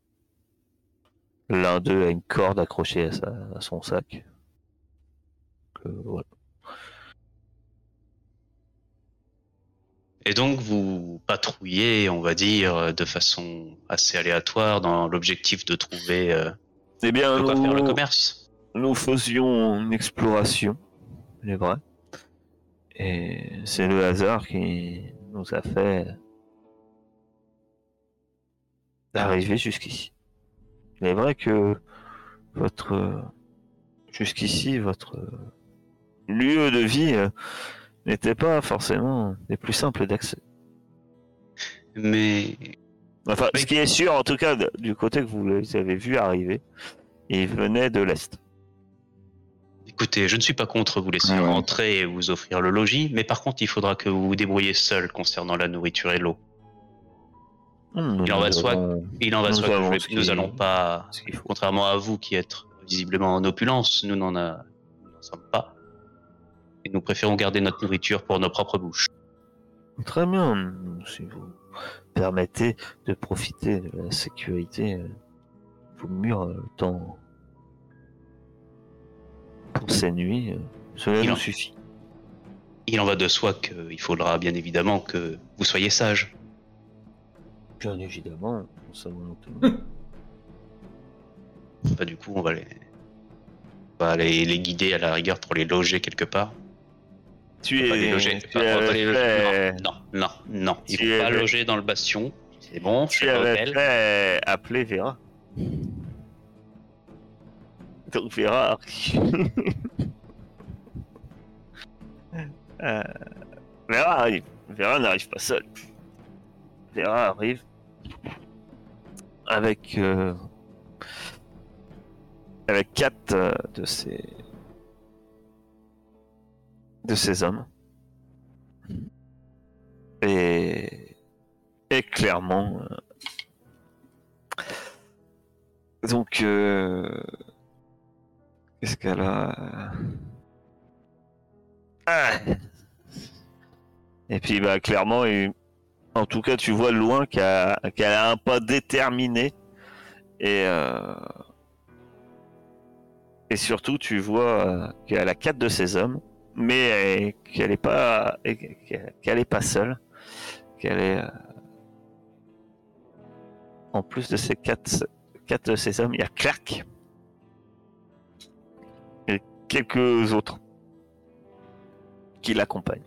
L'un d'eux a une corde accrochée à son sac. Voilà. Et donc vous patrouillez, on va dire, de façon assez aléatoire dans l'objectif de trouver Eh bien, de quoi faire le commerce. nous faisions une exploration, il est vrai. Et c'est le hasard qui nous a fait arriver jusqu'ici. Il est vrai que jusqu'ici, votre lieu de vie n'était pas forcément les plus simples d'accès. Mais Enfin, ce qui est sûr, en tout cas, du côté que vous les avez vus arriver, ils venaient de l'Est. écoutez, je ne suis pas contre vous laisser rentrer et vous offrir le logis, mais par contre, il faudra que vous vous débrouillez seul concernant la nourriture et l'eau. Il en va de soi que nous allons pas, contrairement à vous qui êtes visiblement en opulence, nous n'en sommes pas. Et nous préférons garder notre nourriture pour nos propres bouches. Très bien, si vous permettez de profiter de la sécurité vos murs temps pour ces nuits, cela nous suffit. Il en va de soi qu'il faudra bien évidemment que vous soyez sage. Bien évidemment, nous savons tout. Bah, du coup, on va les guider à la rigueur pour les loger quelque part. Non. Il faut pas loger dans le bastion. C'est bon, tu avais fait appeler Vera. Donc Vera arrive. Vera arrive. Vera n'arrive pas seule. Vera arrive avec 4 de ces hommes et clairement donc qu'est-ce qu'elle a et puis clairement en tout cas tu vois de loin qu'elle a un pas déterminé et surtout tu vois qu'elle a 4 de ces hommes mais qu'elle est pas seule, qu'elle est en plus de ces 4 de ces hommes, il y a Clark et quelques autres qui l'accompagnent.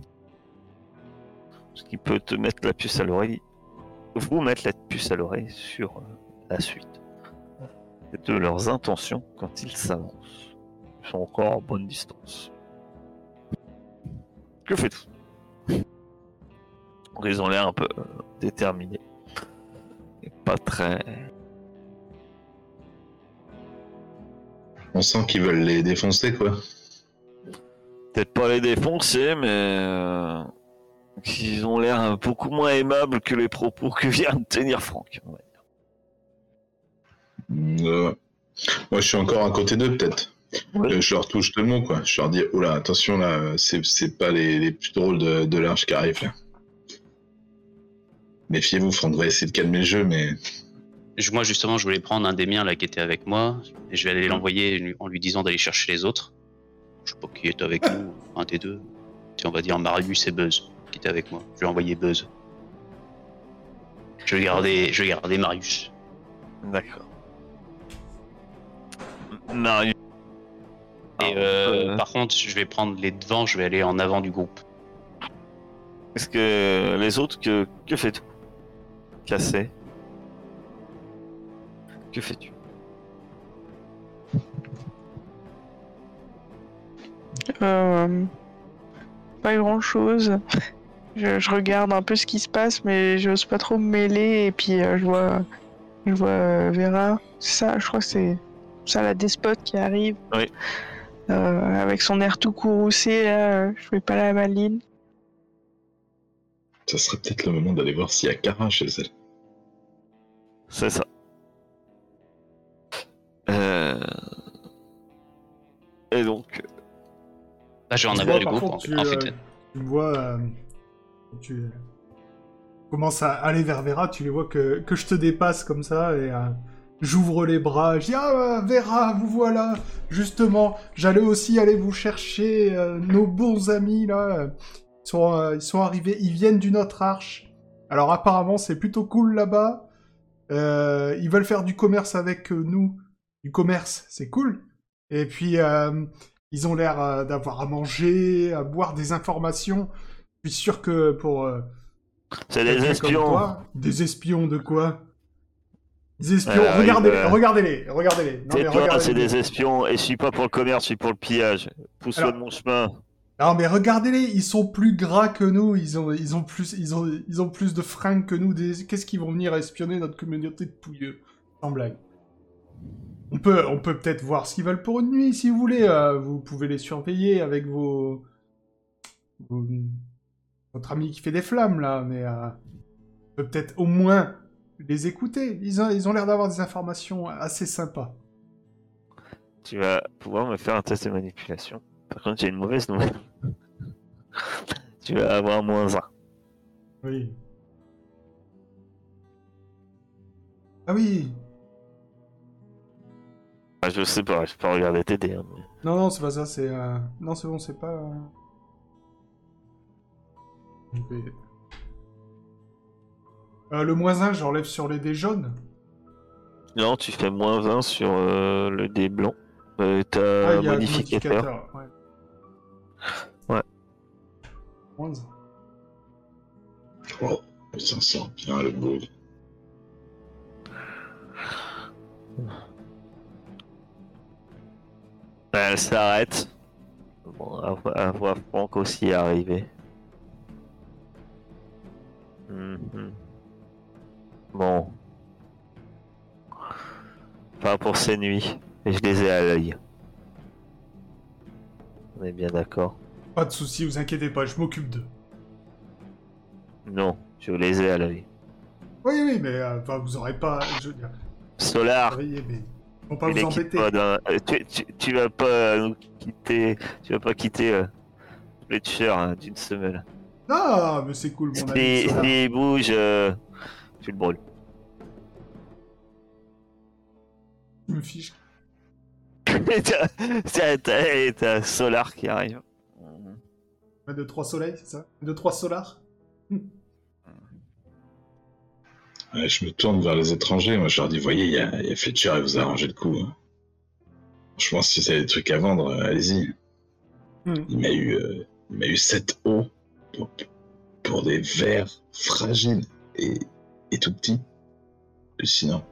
Ce qui peut te mettre la puce à l'oreille, vous mettre la puce à l'oreille sur la suite de leurs intentions quand ils s'avancent. Ils sont encore en bonne distance. Que faites-vous? Ils ont l'air un peu déterminés. Et pas très... On sent qu'ils veulent les défoncer, quoi. Peut-être pas les défoncer, mais... qu'ils ont l'air beaucoup moins aimables que les propos que vient de tenir Franck. On va dire. Moi, je suis encore à côté d'eux, peut-être. Ouais. Je leur touche tout le monde, quoi. Je leur dis, oula, attention, là, c'est pas les plus drôles de l'âge qui arrivent, là. Méfiez-vous, Franck va essayer de calmer le jeu, mais... Moi, justement, je voulais prendre un des miens, là, qui était avec moi, et je vais aller l'envoyer en lui disant d'aller chercher les autres. Je sais pas qui est avec nous, un des deux. On va dire Marius et Buzz, qui étaient avec moi. Je vais envoyer Buzz. Je vais garder Marius. D'accord. Marius. Et contre, je vais prendre les devants, je vais aller en avant du groupe. Est-ce que les autres, que fais-tu? Cassé. Que fais-tu? Pas grand-chose. Je regarde un peu ce qui se passe, mais j'ose pas trop me mêler. Et puis je vois Vera. C'est ça, je crois que c'est ça la despote qui arrive. Oui. Avec son air tout courroucé, là, je fais pas la maline. Ça serait peut-être le moment d'aller voir s'il y a Kara chez elle. C'est ça. Et donc, Là, je vais en Tu avant vois, du par groupe, contre, en fait. tu me vois, tu commences à aller vers Vera, tu les vois que je te dépasse comme ça, et j'ouvre les bras, je dis « Ah, Vera, vous voilà. Justement, j'allais aussi aller vous chercher, nos bons amis, là. Ils sont arrivés, ils viennent d'une autre arche. Alors apparemment, c'est plutôt cool là-bas. Ils veulent faire du commerce avec nous. Du commerce, c'est cool. Et puis, ils ont l'air d'avoir à manger, à boire des informations. Je suis sûr que pour c'est des quelqu'un comme espions. toi, des espions de quoi? Des espions, Alors, regardez-les. Non, mais Tais-toi, regardez-les. c'est des espions, et je suis pas pour le commerce, je suis pour le pillage. Pousse-le Alors- de mon chemin. Non, mais regardez-les, ils sont plus gras que nous, ils ont plus de fringues que nous. Qu'est-ce qu'ils vont venir espionner notre communauté de pouilleux? Sans blague. On peut peut-être voir ce qu'ils veulent pour une nuit, si vous voulez. Vous pouvez les surveiller avec votre ami qui fait des flammes, là, mais on peut peut-être au moins les écouter. Ils ont l'air d'avoir des informations assez sympas. Tu vas pouvoir me faire un test de manipulation. Par contre, j'ai une mauvaise nouvelle. Tu vas avoir -1. Oui. Ah oui. Ah, je sais pas, je peux pas regarder tes dés. Hein, mais... Non, c'est pas ça, c'est... Non, c'est bon, c'est pas... Je vais- le -1, j'enlève sur les dés jaunes. Non, tu fais -1 sur le dé blanc. T'as Ah, un il y a un modificateur. modificateur. Ouais. Ouais. 11. Oh, il s'en sort bien, le beau. Elle s'arrête. Bon, à voir Franck aussi arriver. Mhm. Bon. Pas pour ces nuits. Et je les ai à l'œil. On est bien d'accord? Pas de soucis, vous inquiétez pas, je m'occupe d'eux. Non, je les ai à l'œil. Oui, mais enfin, vous aurez pas... Je veux dire, Solar, surveiller, mais ils vont pas tu vous les quittes embêter. pas tu vas pas nous quitter. Tu vas pas quitter Fletcher d'une semaine. Ah, mais c'est cool, mon ami. Si Solar. il bouge, tu le brûles. Je me fiche. T'as Solar qui arrive. 1, 2, 3 soleils, c'est ça? 1, 2, 3 solars? Ouais, je me tourne vers les étrangers, moi je leur dis, voyez, il y a Fletcher, il vous a arrangé le coup. Hein. Franchement, si vous avez des trucs à vendre, allez-y. Il m'a eu 7 os pour des vers fragiles et tout petits. Hallucinant.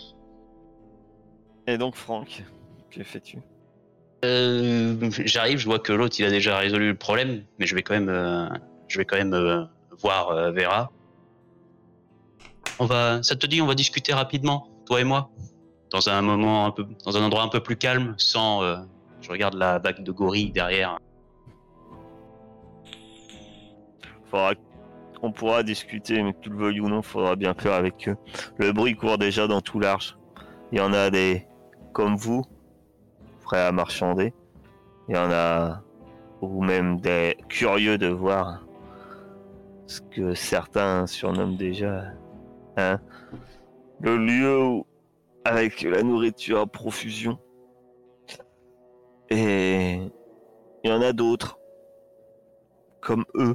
Et donc Franck, que fais-tu? J'arrive, je vois que l'autre il a déjà résolu le problème, mais je vais quand même voir Vera. Ça te dit, on va discuter rapidement, toi et moi, dans un endroit un peu plus calme, sans. Je regarde la vague de gorilles derrière. On pourra discuter, mais que tu le veuilles ou non, faudra bien faire avec eux. Le bruit court déjà dans tout l'arche. Il y en a des comme vous, prêts à marchander. Il y en a, ou même des curieux de voir ce que certains surnomment déjà le lieu avec la nourriture à profusion. Et il y en a d'autres, comme eux,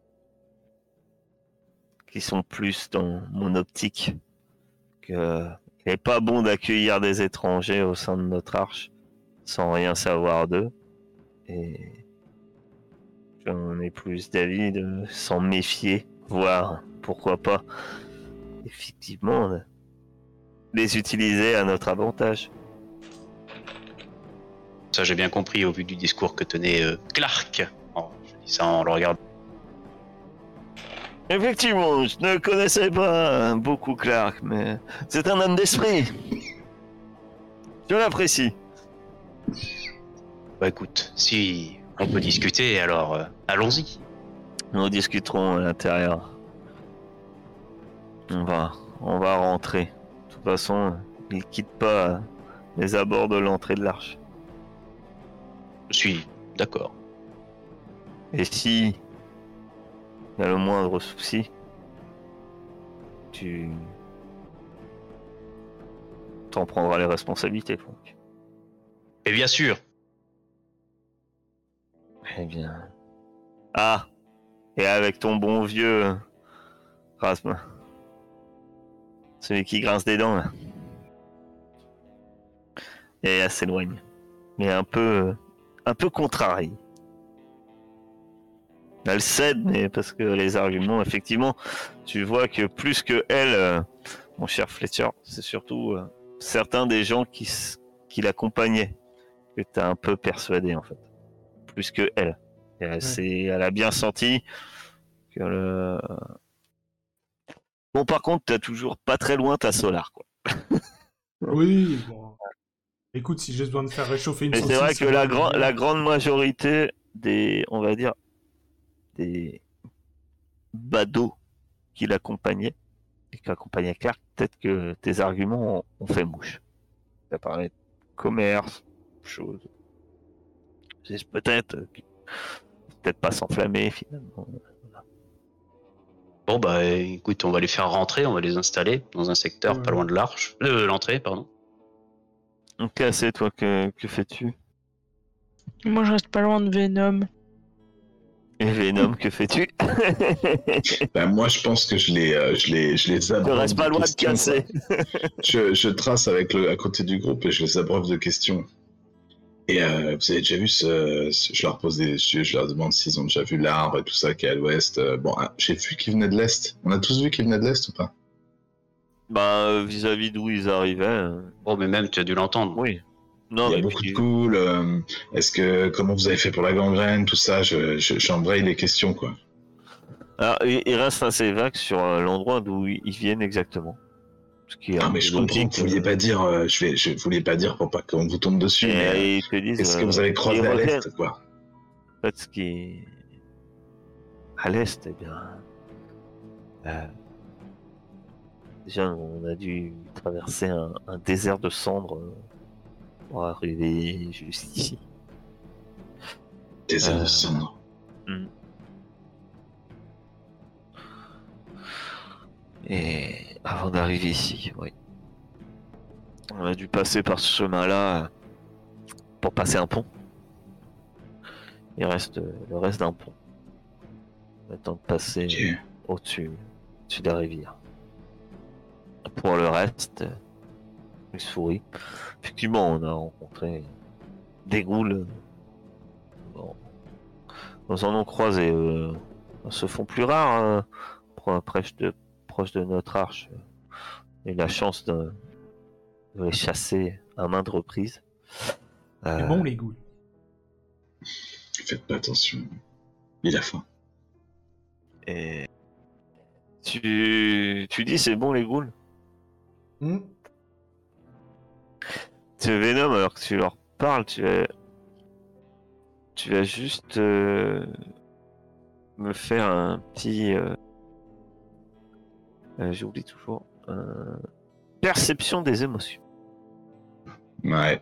qui sont plus dans mon optique que il n'est pas bon d'accueillir des étrangers au sein de notre arche sans rien savoir d'eux Et j'en ai plus d'avis de s'en méfier, voire pourquoi pas, effectivement, les utiliser à notre avantage. Ça, j'ai bien compris au vu du discours que tenait Clark. Oh, je dis ça en le regardant. Effectivement, je ne connaissais pas beaucoup Clark, mais c'est un homme d'esprit. Je l'apprécie. Bah écoute, si on peut discuter, alors allons-y. Nous discuterons à l'intérieur. On va rentrer. De toute façon, il quitte pas les abords de l'entrée de l'arche. Je suis d'accord. Et si il y a le moindre souci, tu t'en prendras les responsabilités, Franck. Et bien sûr. Eh bien... Ah! Et avec ton bon vieux... Rasme. Celui qui grince des dents, là. Et elle s'éloigne. Mais un peu contrariée. Elle cède, mais parce que les arguments, effectivement, tu vois que plus que elle, mon cher Fletcher, c'est surtout certains des gens qui l'accompagnaient que t'as un peu persuadé, en fait. Plus que elle. Et elle a bien senti que le... Bon, par contre, t'as toujours pas très loin ta Solar, quoi. Oui, bon. Écoute, si j'ai besoin de faire réchauffer une Mais saucisse... c'est vrai que ça va, la grande majorité des, on va dire, des badauds qui l'accompagnaient et qui accompagnaient Clark, peut-être que tes arguments ont fait mouche. Ça parlait de commerce, choses. C'est peut-être pas s'enflammer finalement. Bon bah écoute, on va les faire rentrer, on va les installer dans un secteur pas loin de l'arche, l'entrée, pardon. Ok, c'est toi, que fais-tu? Moi, je reste pas loin de Venom. Et Venom, que fais-tu? Ben, moi, je pense que je les Tu abreuve restes pas de loin de questions, casser. je trace à côté du groupe et je les abreuve de questions. Et vous avez déjà vu je leur pose je leur demande s'ils ont déjà vu l'arbre et tout ça qui est à l'ouest. Bon, j'ai vu qu'ils venaient de l'est. On a tous vu qu'ils venaient de l'est ou pas? Bah, vis-à-vis d'où ils arrivaient. Bon, mais même tu as dû l'entendre. Oui. Non, Il y a mais beaucoup puis- de cool. Comment vous avez fait pour la gangrène, tout ça? J'embraye les questions, quoi. Alors, il reste assez vague sur l'endroit d'où ils viennent exactement. Ce qui est Non, un mais peu je comprends logique, que vous vouliez pas dire. Je voulais pas dire pour pas qu'on vous tombe dessus, mais et ils te disent. est-ce que vous avez croisé ils à reviennent. l'est, quoi? En fait, ce qui est à l'est, eh bien, déjà, on a dû traverser un désert de cendres pour arriver jusqu'ici. Désert de cendres. Et avant d'arriver ici, oui. On a dû passer par ce chemin-là pour passer un pont. Il reste le reste d'un pont. Le temps de passer Ok. au-dessus de la rivière. Pour le reste, il sourit. Effectivement, on a rencontré des ghouls. Bon, nous en avons croisé. Se font plus rares proche de notre arche. J'ai eu la chance de les chasser à maintes reprises. C'est bon, les ghouls. Faites pas attention. Il a faim. Et tu dis c'est bon les ghouls? Hmm. Tu Venom, alors que tu leur parles, tu vas juste me faire un petit... j'oublie toujours. Perception des émotions. Ouais.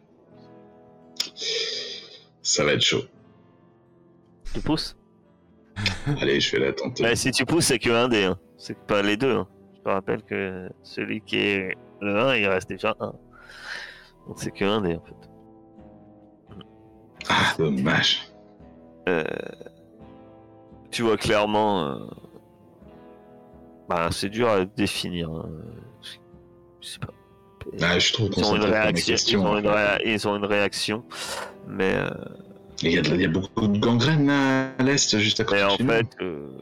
Ça va être chaud. Tu pousses? Allez, je vais la tenter. Ouais, si tu pousses, c'est que un dé. Hein. C'est pas les deux. Hein. Je te rappelle que celui qui est le 1, il reste déjà 1. Donc c'est que un dé en fait. Ah, dommage. Tu vois clairement... Bah, c'est dur à définir. Hein. Je sais pas. Ah, je trouve qu'on Ils ont une s'intéresse à mes réaction. questions. Ils ont une réaction, mais Il y a beaucoup de gangrènes là, à l'est, juste à côté Et de en chez nous. fait,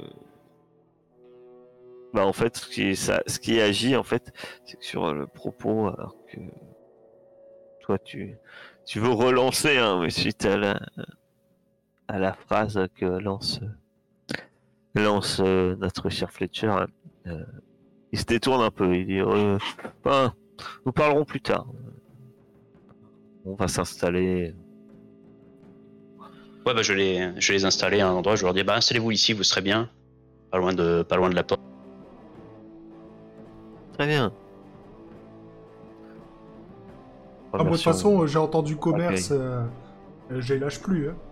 en fait, ce qui agit, en fait, c'est que sur le propos, alors que toi, tu veux relancer, hein, mais suite à la phrase que lance notre cher Fletcher, il se détourne un peu. Il dit, enfin, nous parlerons plus tard. On va s'installer. Ouais, bah je vais les installer à un endroit. Je leur dis, bah installez-vous ici, vous serez bien, pas loin de la porte. Très bien. Ah, moi, de toute façon, j'ai entendu commerce, je les lâche plus. Hein.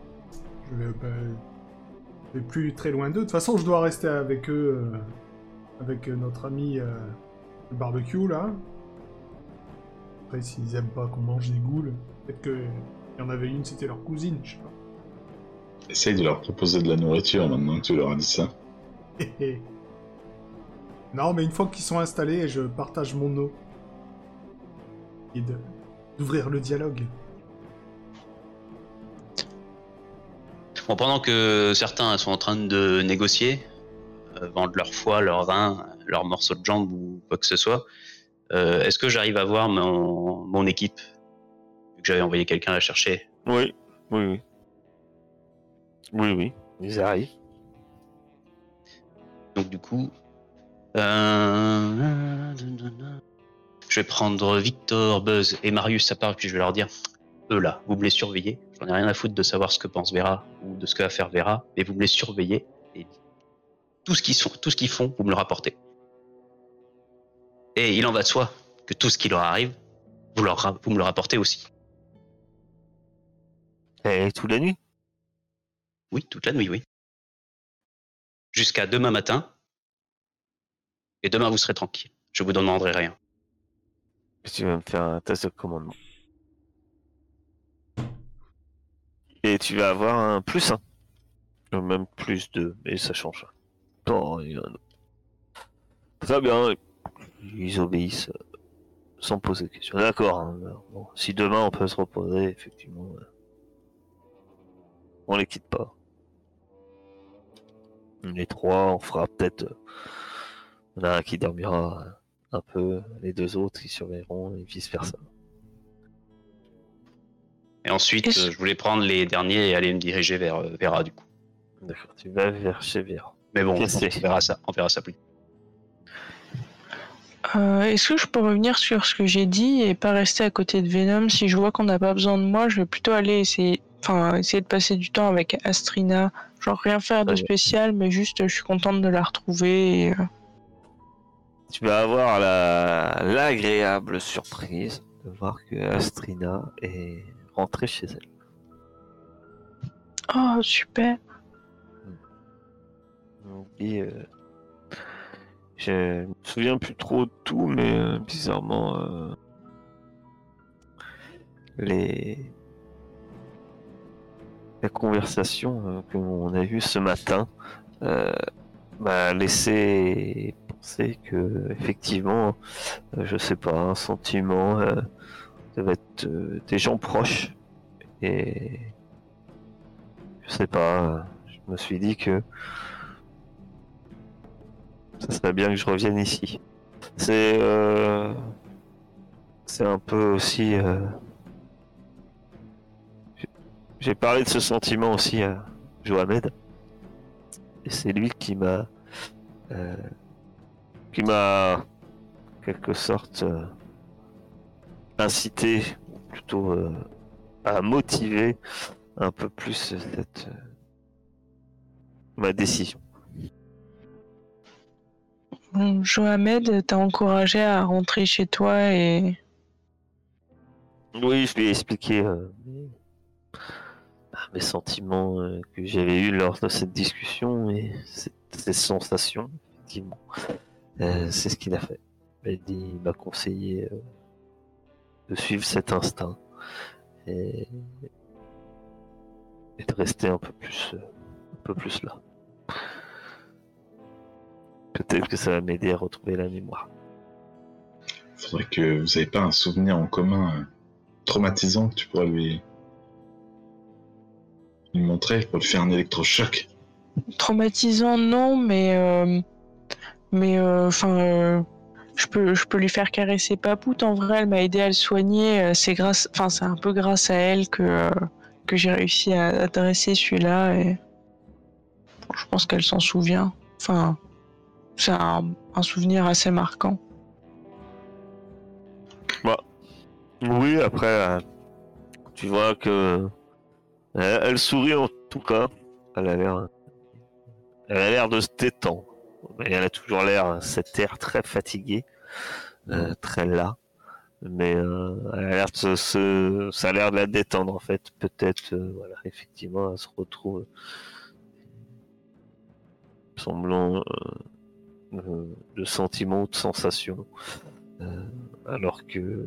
Je vais plus très loin d'eux. De toute façon, je dois rester avec eux, avec notre ami le barbecue, là. Après, s'ils aiment pas qu'on mange des goules, peut-être qu'il y en avait une, c'était leur cousine, je sais pas. Essaye de leur proposer de la nourriture maintenant que tu leur as dit ça. Non, mais une fois qu'ils sont installés, je partage mon eau. Et d'ouvrir le dialogue. Bon, pendant que certains sont en train de négocier, vendre leur foie, leur rein, leur morceau de jambe ou quoi que ce soit, est-ce que j'arrive à voir mon équipe, vu que j'avais envoyé quelqu'un la chercher? Oui. Ils arrivent. Donc du coup, je vais prendre Victor, Buzz et Marius à part, puis je vais leur dire, eux là, vous me les surveillez. J'en ai rien à foutre de savoir ce que pense Vera ou de ce que va faire Vera, mais vous me les surveillez et tout ce qu'ils font, vous me le rapportez. Et il en va de soi que tout ce qui leur arrive, vous me le rapportez aussi. Et toute la nuit. Oui, toute la nuit, oui. Jusqu'à demain matin. Et demain, vous serez tranquille. Je vous demanderai rien. Tu vas me faire un test de commandement. Et tu vas avoir un +1. Même +2, mais ça change. Oh, il y en a. Très bien. Ils obéissent sans poser de questions. D'accord. Hein. Bon, si demain on peut se reposer, effectivement, on les quitte pas. Les trois, on fera peut-être. Il y en a un qui dormira un peu, les deux autres qui surveilleront et vice versa. Et ensuite, je voulais prendre les derniers et aller me diriger vers Vera, du coup. D'accord, tu vas vers chez Vera. Mais bon, Qu'est-ce que c'est ? on verra ça plus. Est-ce que je peux revenir sur ce que j'ai dit et pas rester à côté de Venom? Si je vois qu'on n'a pas besoin de moi, je vais plutôt aller essayer de passer du temps avec Astrina. Genre rien faire de spécial, mais juste je suis contente de la retrouver. Et, Tu vas avoir l'agréable surprise de voir que Astrina est rentrée chez elle. Oh, super. Et je me souviens plus trop de tout, mais bizarrement, la conversation que l'on a eue ce matin m'a laissé penser que, effectivement, je sais pas, un sentiment devait être des gens proches. Et je sais pas, je me suis dit que ça serait bien que je revienne ici. C'est un peu aussi. J'ai parlé de ce sentiment aussi à Johamed. Et c'est lui qui m'a. En quelque sorte incité, ou plutôt à motiver un peu plus ma décision. Johamed t'a encouragé à rentrer chez toi et... Oui, je lui ai expliqué mes sentiments que j'avais eus lors de cette discussion et ces sensations, effectivement. C'est ce qu'il a fait. Il m'a conseillé de suivre cet instinct et de rester un peu plus là. Peut-être que ça va m'aider à retrouver la mémoire. Faudrait que vous n'ayez pas un souvenir en commun traumatisant que tu pourrais lui lui montrer pour lui faire un électrochoc. Traumatisant, non, mais je peux lui faire caresser Papoute. En vrai, elle m'a aidé à le soigner. C'est un peu grâce à elle que j'ai réussi à dresser celui-là. Et je pense qu'elle s'en souvient. Enfin, c'est un souvenir assez marquant. Oui, après, tu vois que elle sourit en tout cas. Elle a l'air de se détendre. Mais elle a toujours cet air très fatigué, très las. Mais elle a l'air ça a l'air de la détendre en fait. Peut-être, voilà, effectivement, elle se retrouve semblant de sentiments ou de sensations, alors que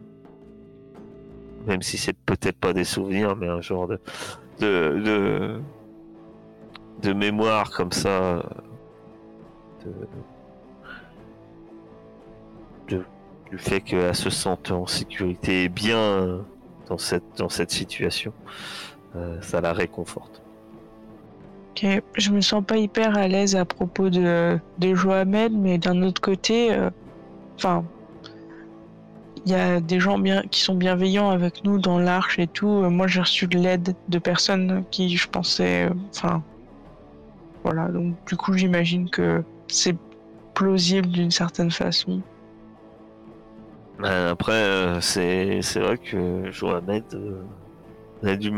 même si c'est peut-être pas des souvenirs, mais un genre de mémoire comme ça, du fait qu'elle se sente en sécurité et bien dans cette situation, ça la réconforte. Ok, je me sens pas hyper à l'aise à propos de Johamed, mais d'un autre côté, il y a des gens qui sont bienveillants avec nous dans l'arche et tout. Moi, j'ai reçu de l'aide de personnes qui, je pensais, voilà. Donc, du coup, j'imagine que c'est plausible d'une certaine façon. Après, c'est vrai que Johamed a dû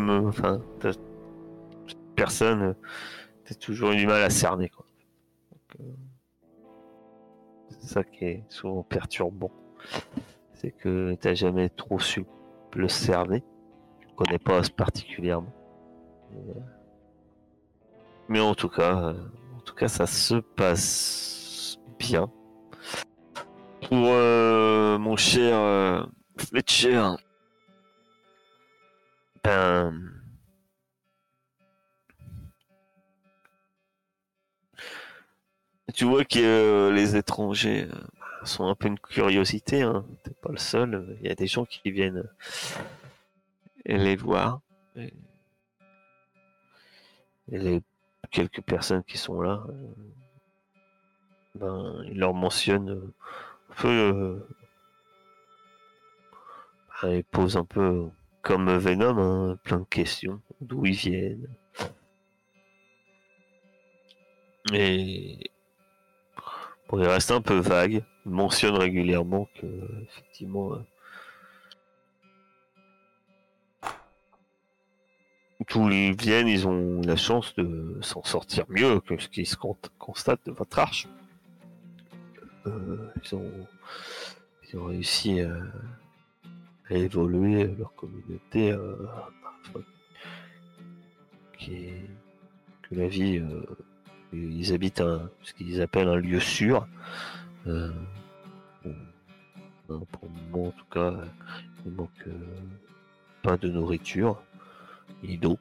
personne, t'as toujours eu du mal à cerner, quoi. Donc, c'est ça qui est souvent perturbant. C'est que t'as jamais trop su le cerner. Tu le connais pas particulièrement. Mais en tout cas, ça se passe bien. Pour mon cher Fletcher, ben, tu vois que les étrangers sont un peu une curiosité, hein. T'es pas le seul. Il y a des gens qui viennent les voir. Et les quelques personnes qui sont là, ils leur mentionnent un peu. Ils posent un peu comme Venom, hein, plein de questions. D'où ils viennent. Et bon, il reste un peu vague. Il mentionne régulièrement que, effectivement, d'où ils viennent, ils ont la chance de s'en sortir mieux que ce qui se constate de votre arche. Ils ont réussi à évoluer leur communauté, que la vie, ils habitent ce qu'ils appellent un lieu sûr. Pour le moment, en tout cas, il ne manque pas de nourriture ni d'eau.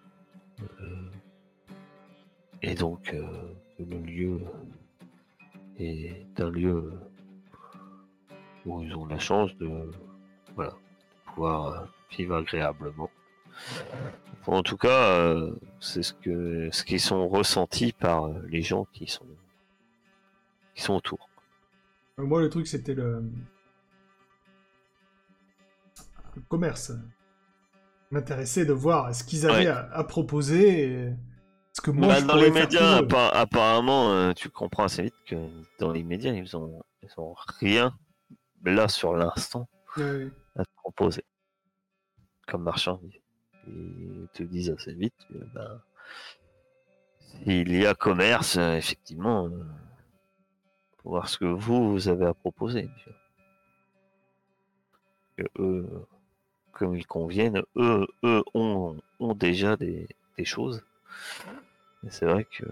Et donc, le lieu est un lieu où ils ont la chance de pouvoir vivre agréablement. Enfin, en tout cas, c'est ce qui sont ressentis par les gens qui sont autour. Moi, le truc, c'était le commerce. M'intéressait de voir ce qu'ils avaient à proposer et ce que moi je dans pourrais les médias, faire pour eux. apparemment, tu comprends assez vite que dans les médias, ils ont rien là sur l'instant à te proposer comme marchandise. Ils te disent assez vite que s'il y a commerce, effectivement, pour voir ce que vous avez à proposer. Que eux, comme ils conviennent, eux ont déjà des choses. Et c'est vrai que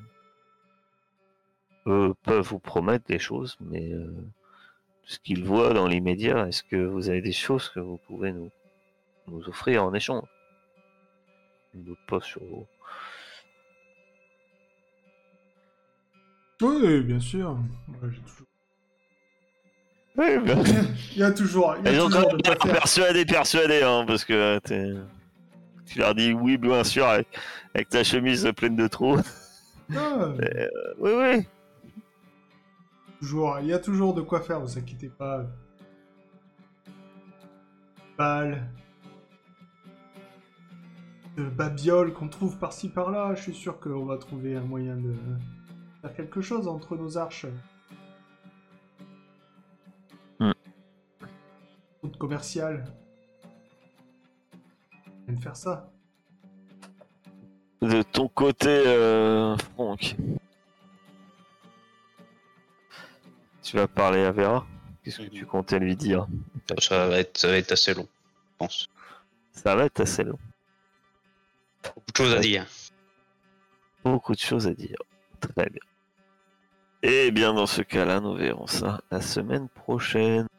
eux peuvent vous promettre des choses, mais ce qu'ils voient dans les médias, est-ce que vous avez des choses que vous pouvez nous offrir en échange? Je ne doute pas sur vous. Oui, bien sûr. Ouais, j'ai toujours... Oui, bien. Il y a toujours Ils ont quand de même quoi faire. persuadé, hein, parce que Tu leur dis oui, bien sûr, avec ta chemise pleine de trous. Ah, Oui, oui. il y a toujours de quoi faire, vous inquiétez pas. Balles, de babioles qu'on trouve par-ci par-là, je suis sûr qu'on va trouver un moyen de faire quelque chose entre nos arches. Route commerciale. On vient de faire ça. De ton côté, Franck, tu vas parler à Vera. Qu'est-ce que tu comptais lui dire? Ça va être assez long, je pense. Ça va être assez long. Beaucoup de choses à dire. Beaucoup de choses à dire. Très bien. Et bien, dans ce cas-là, nous verrons ça la semaine prochaine.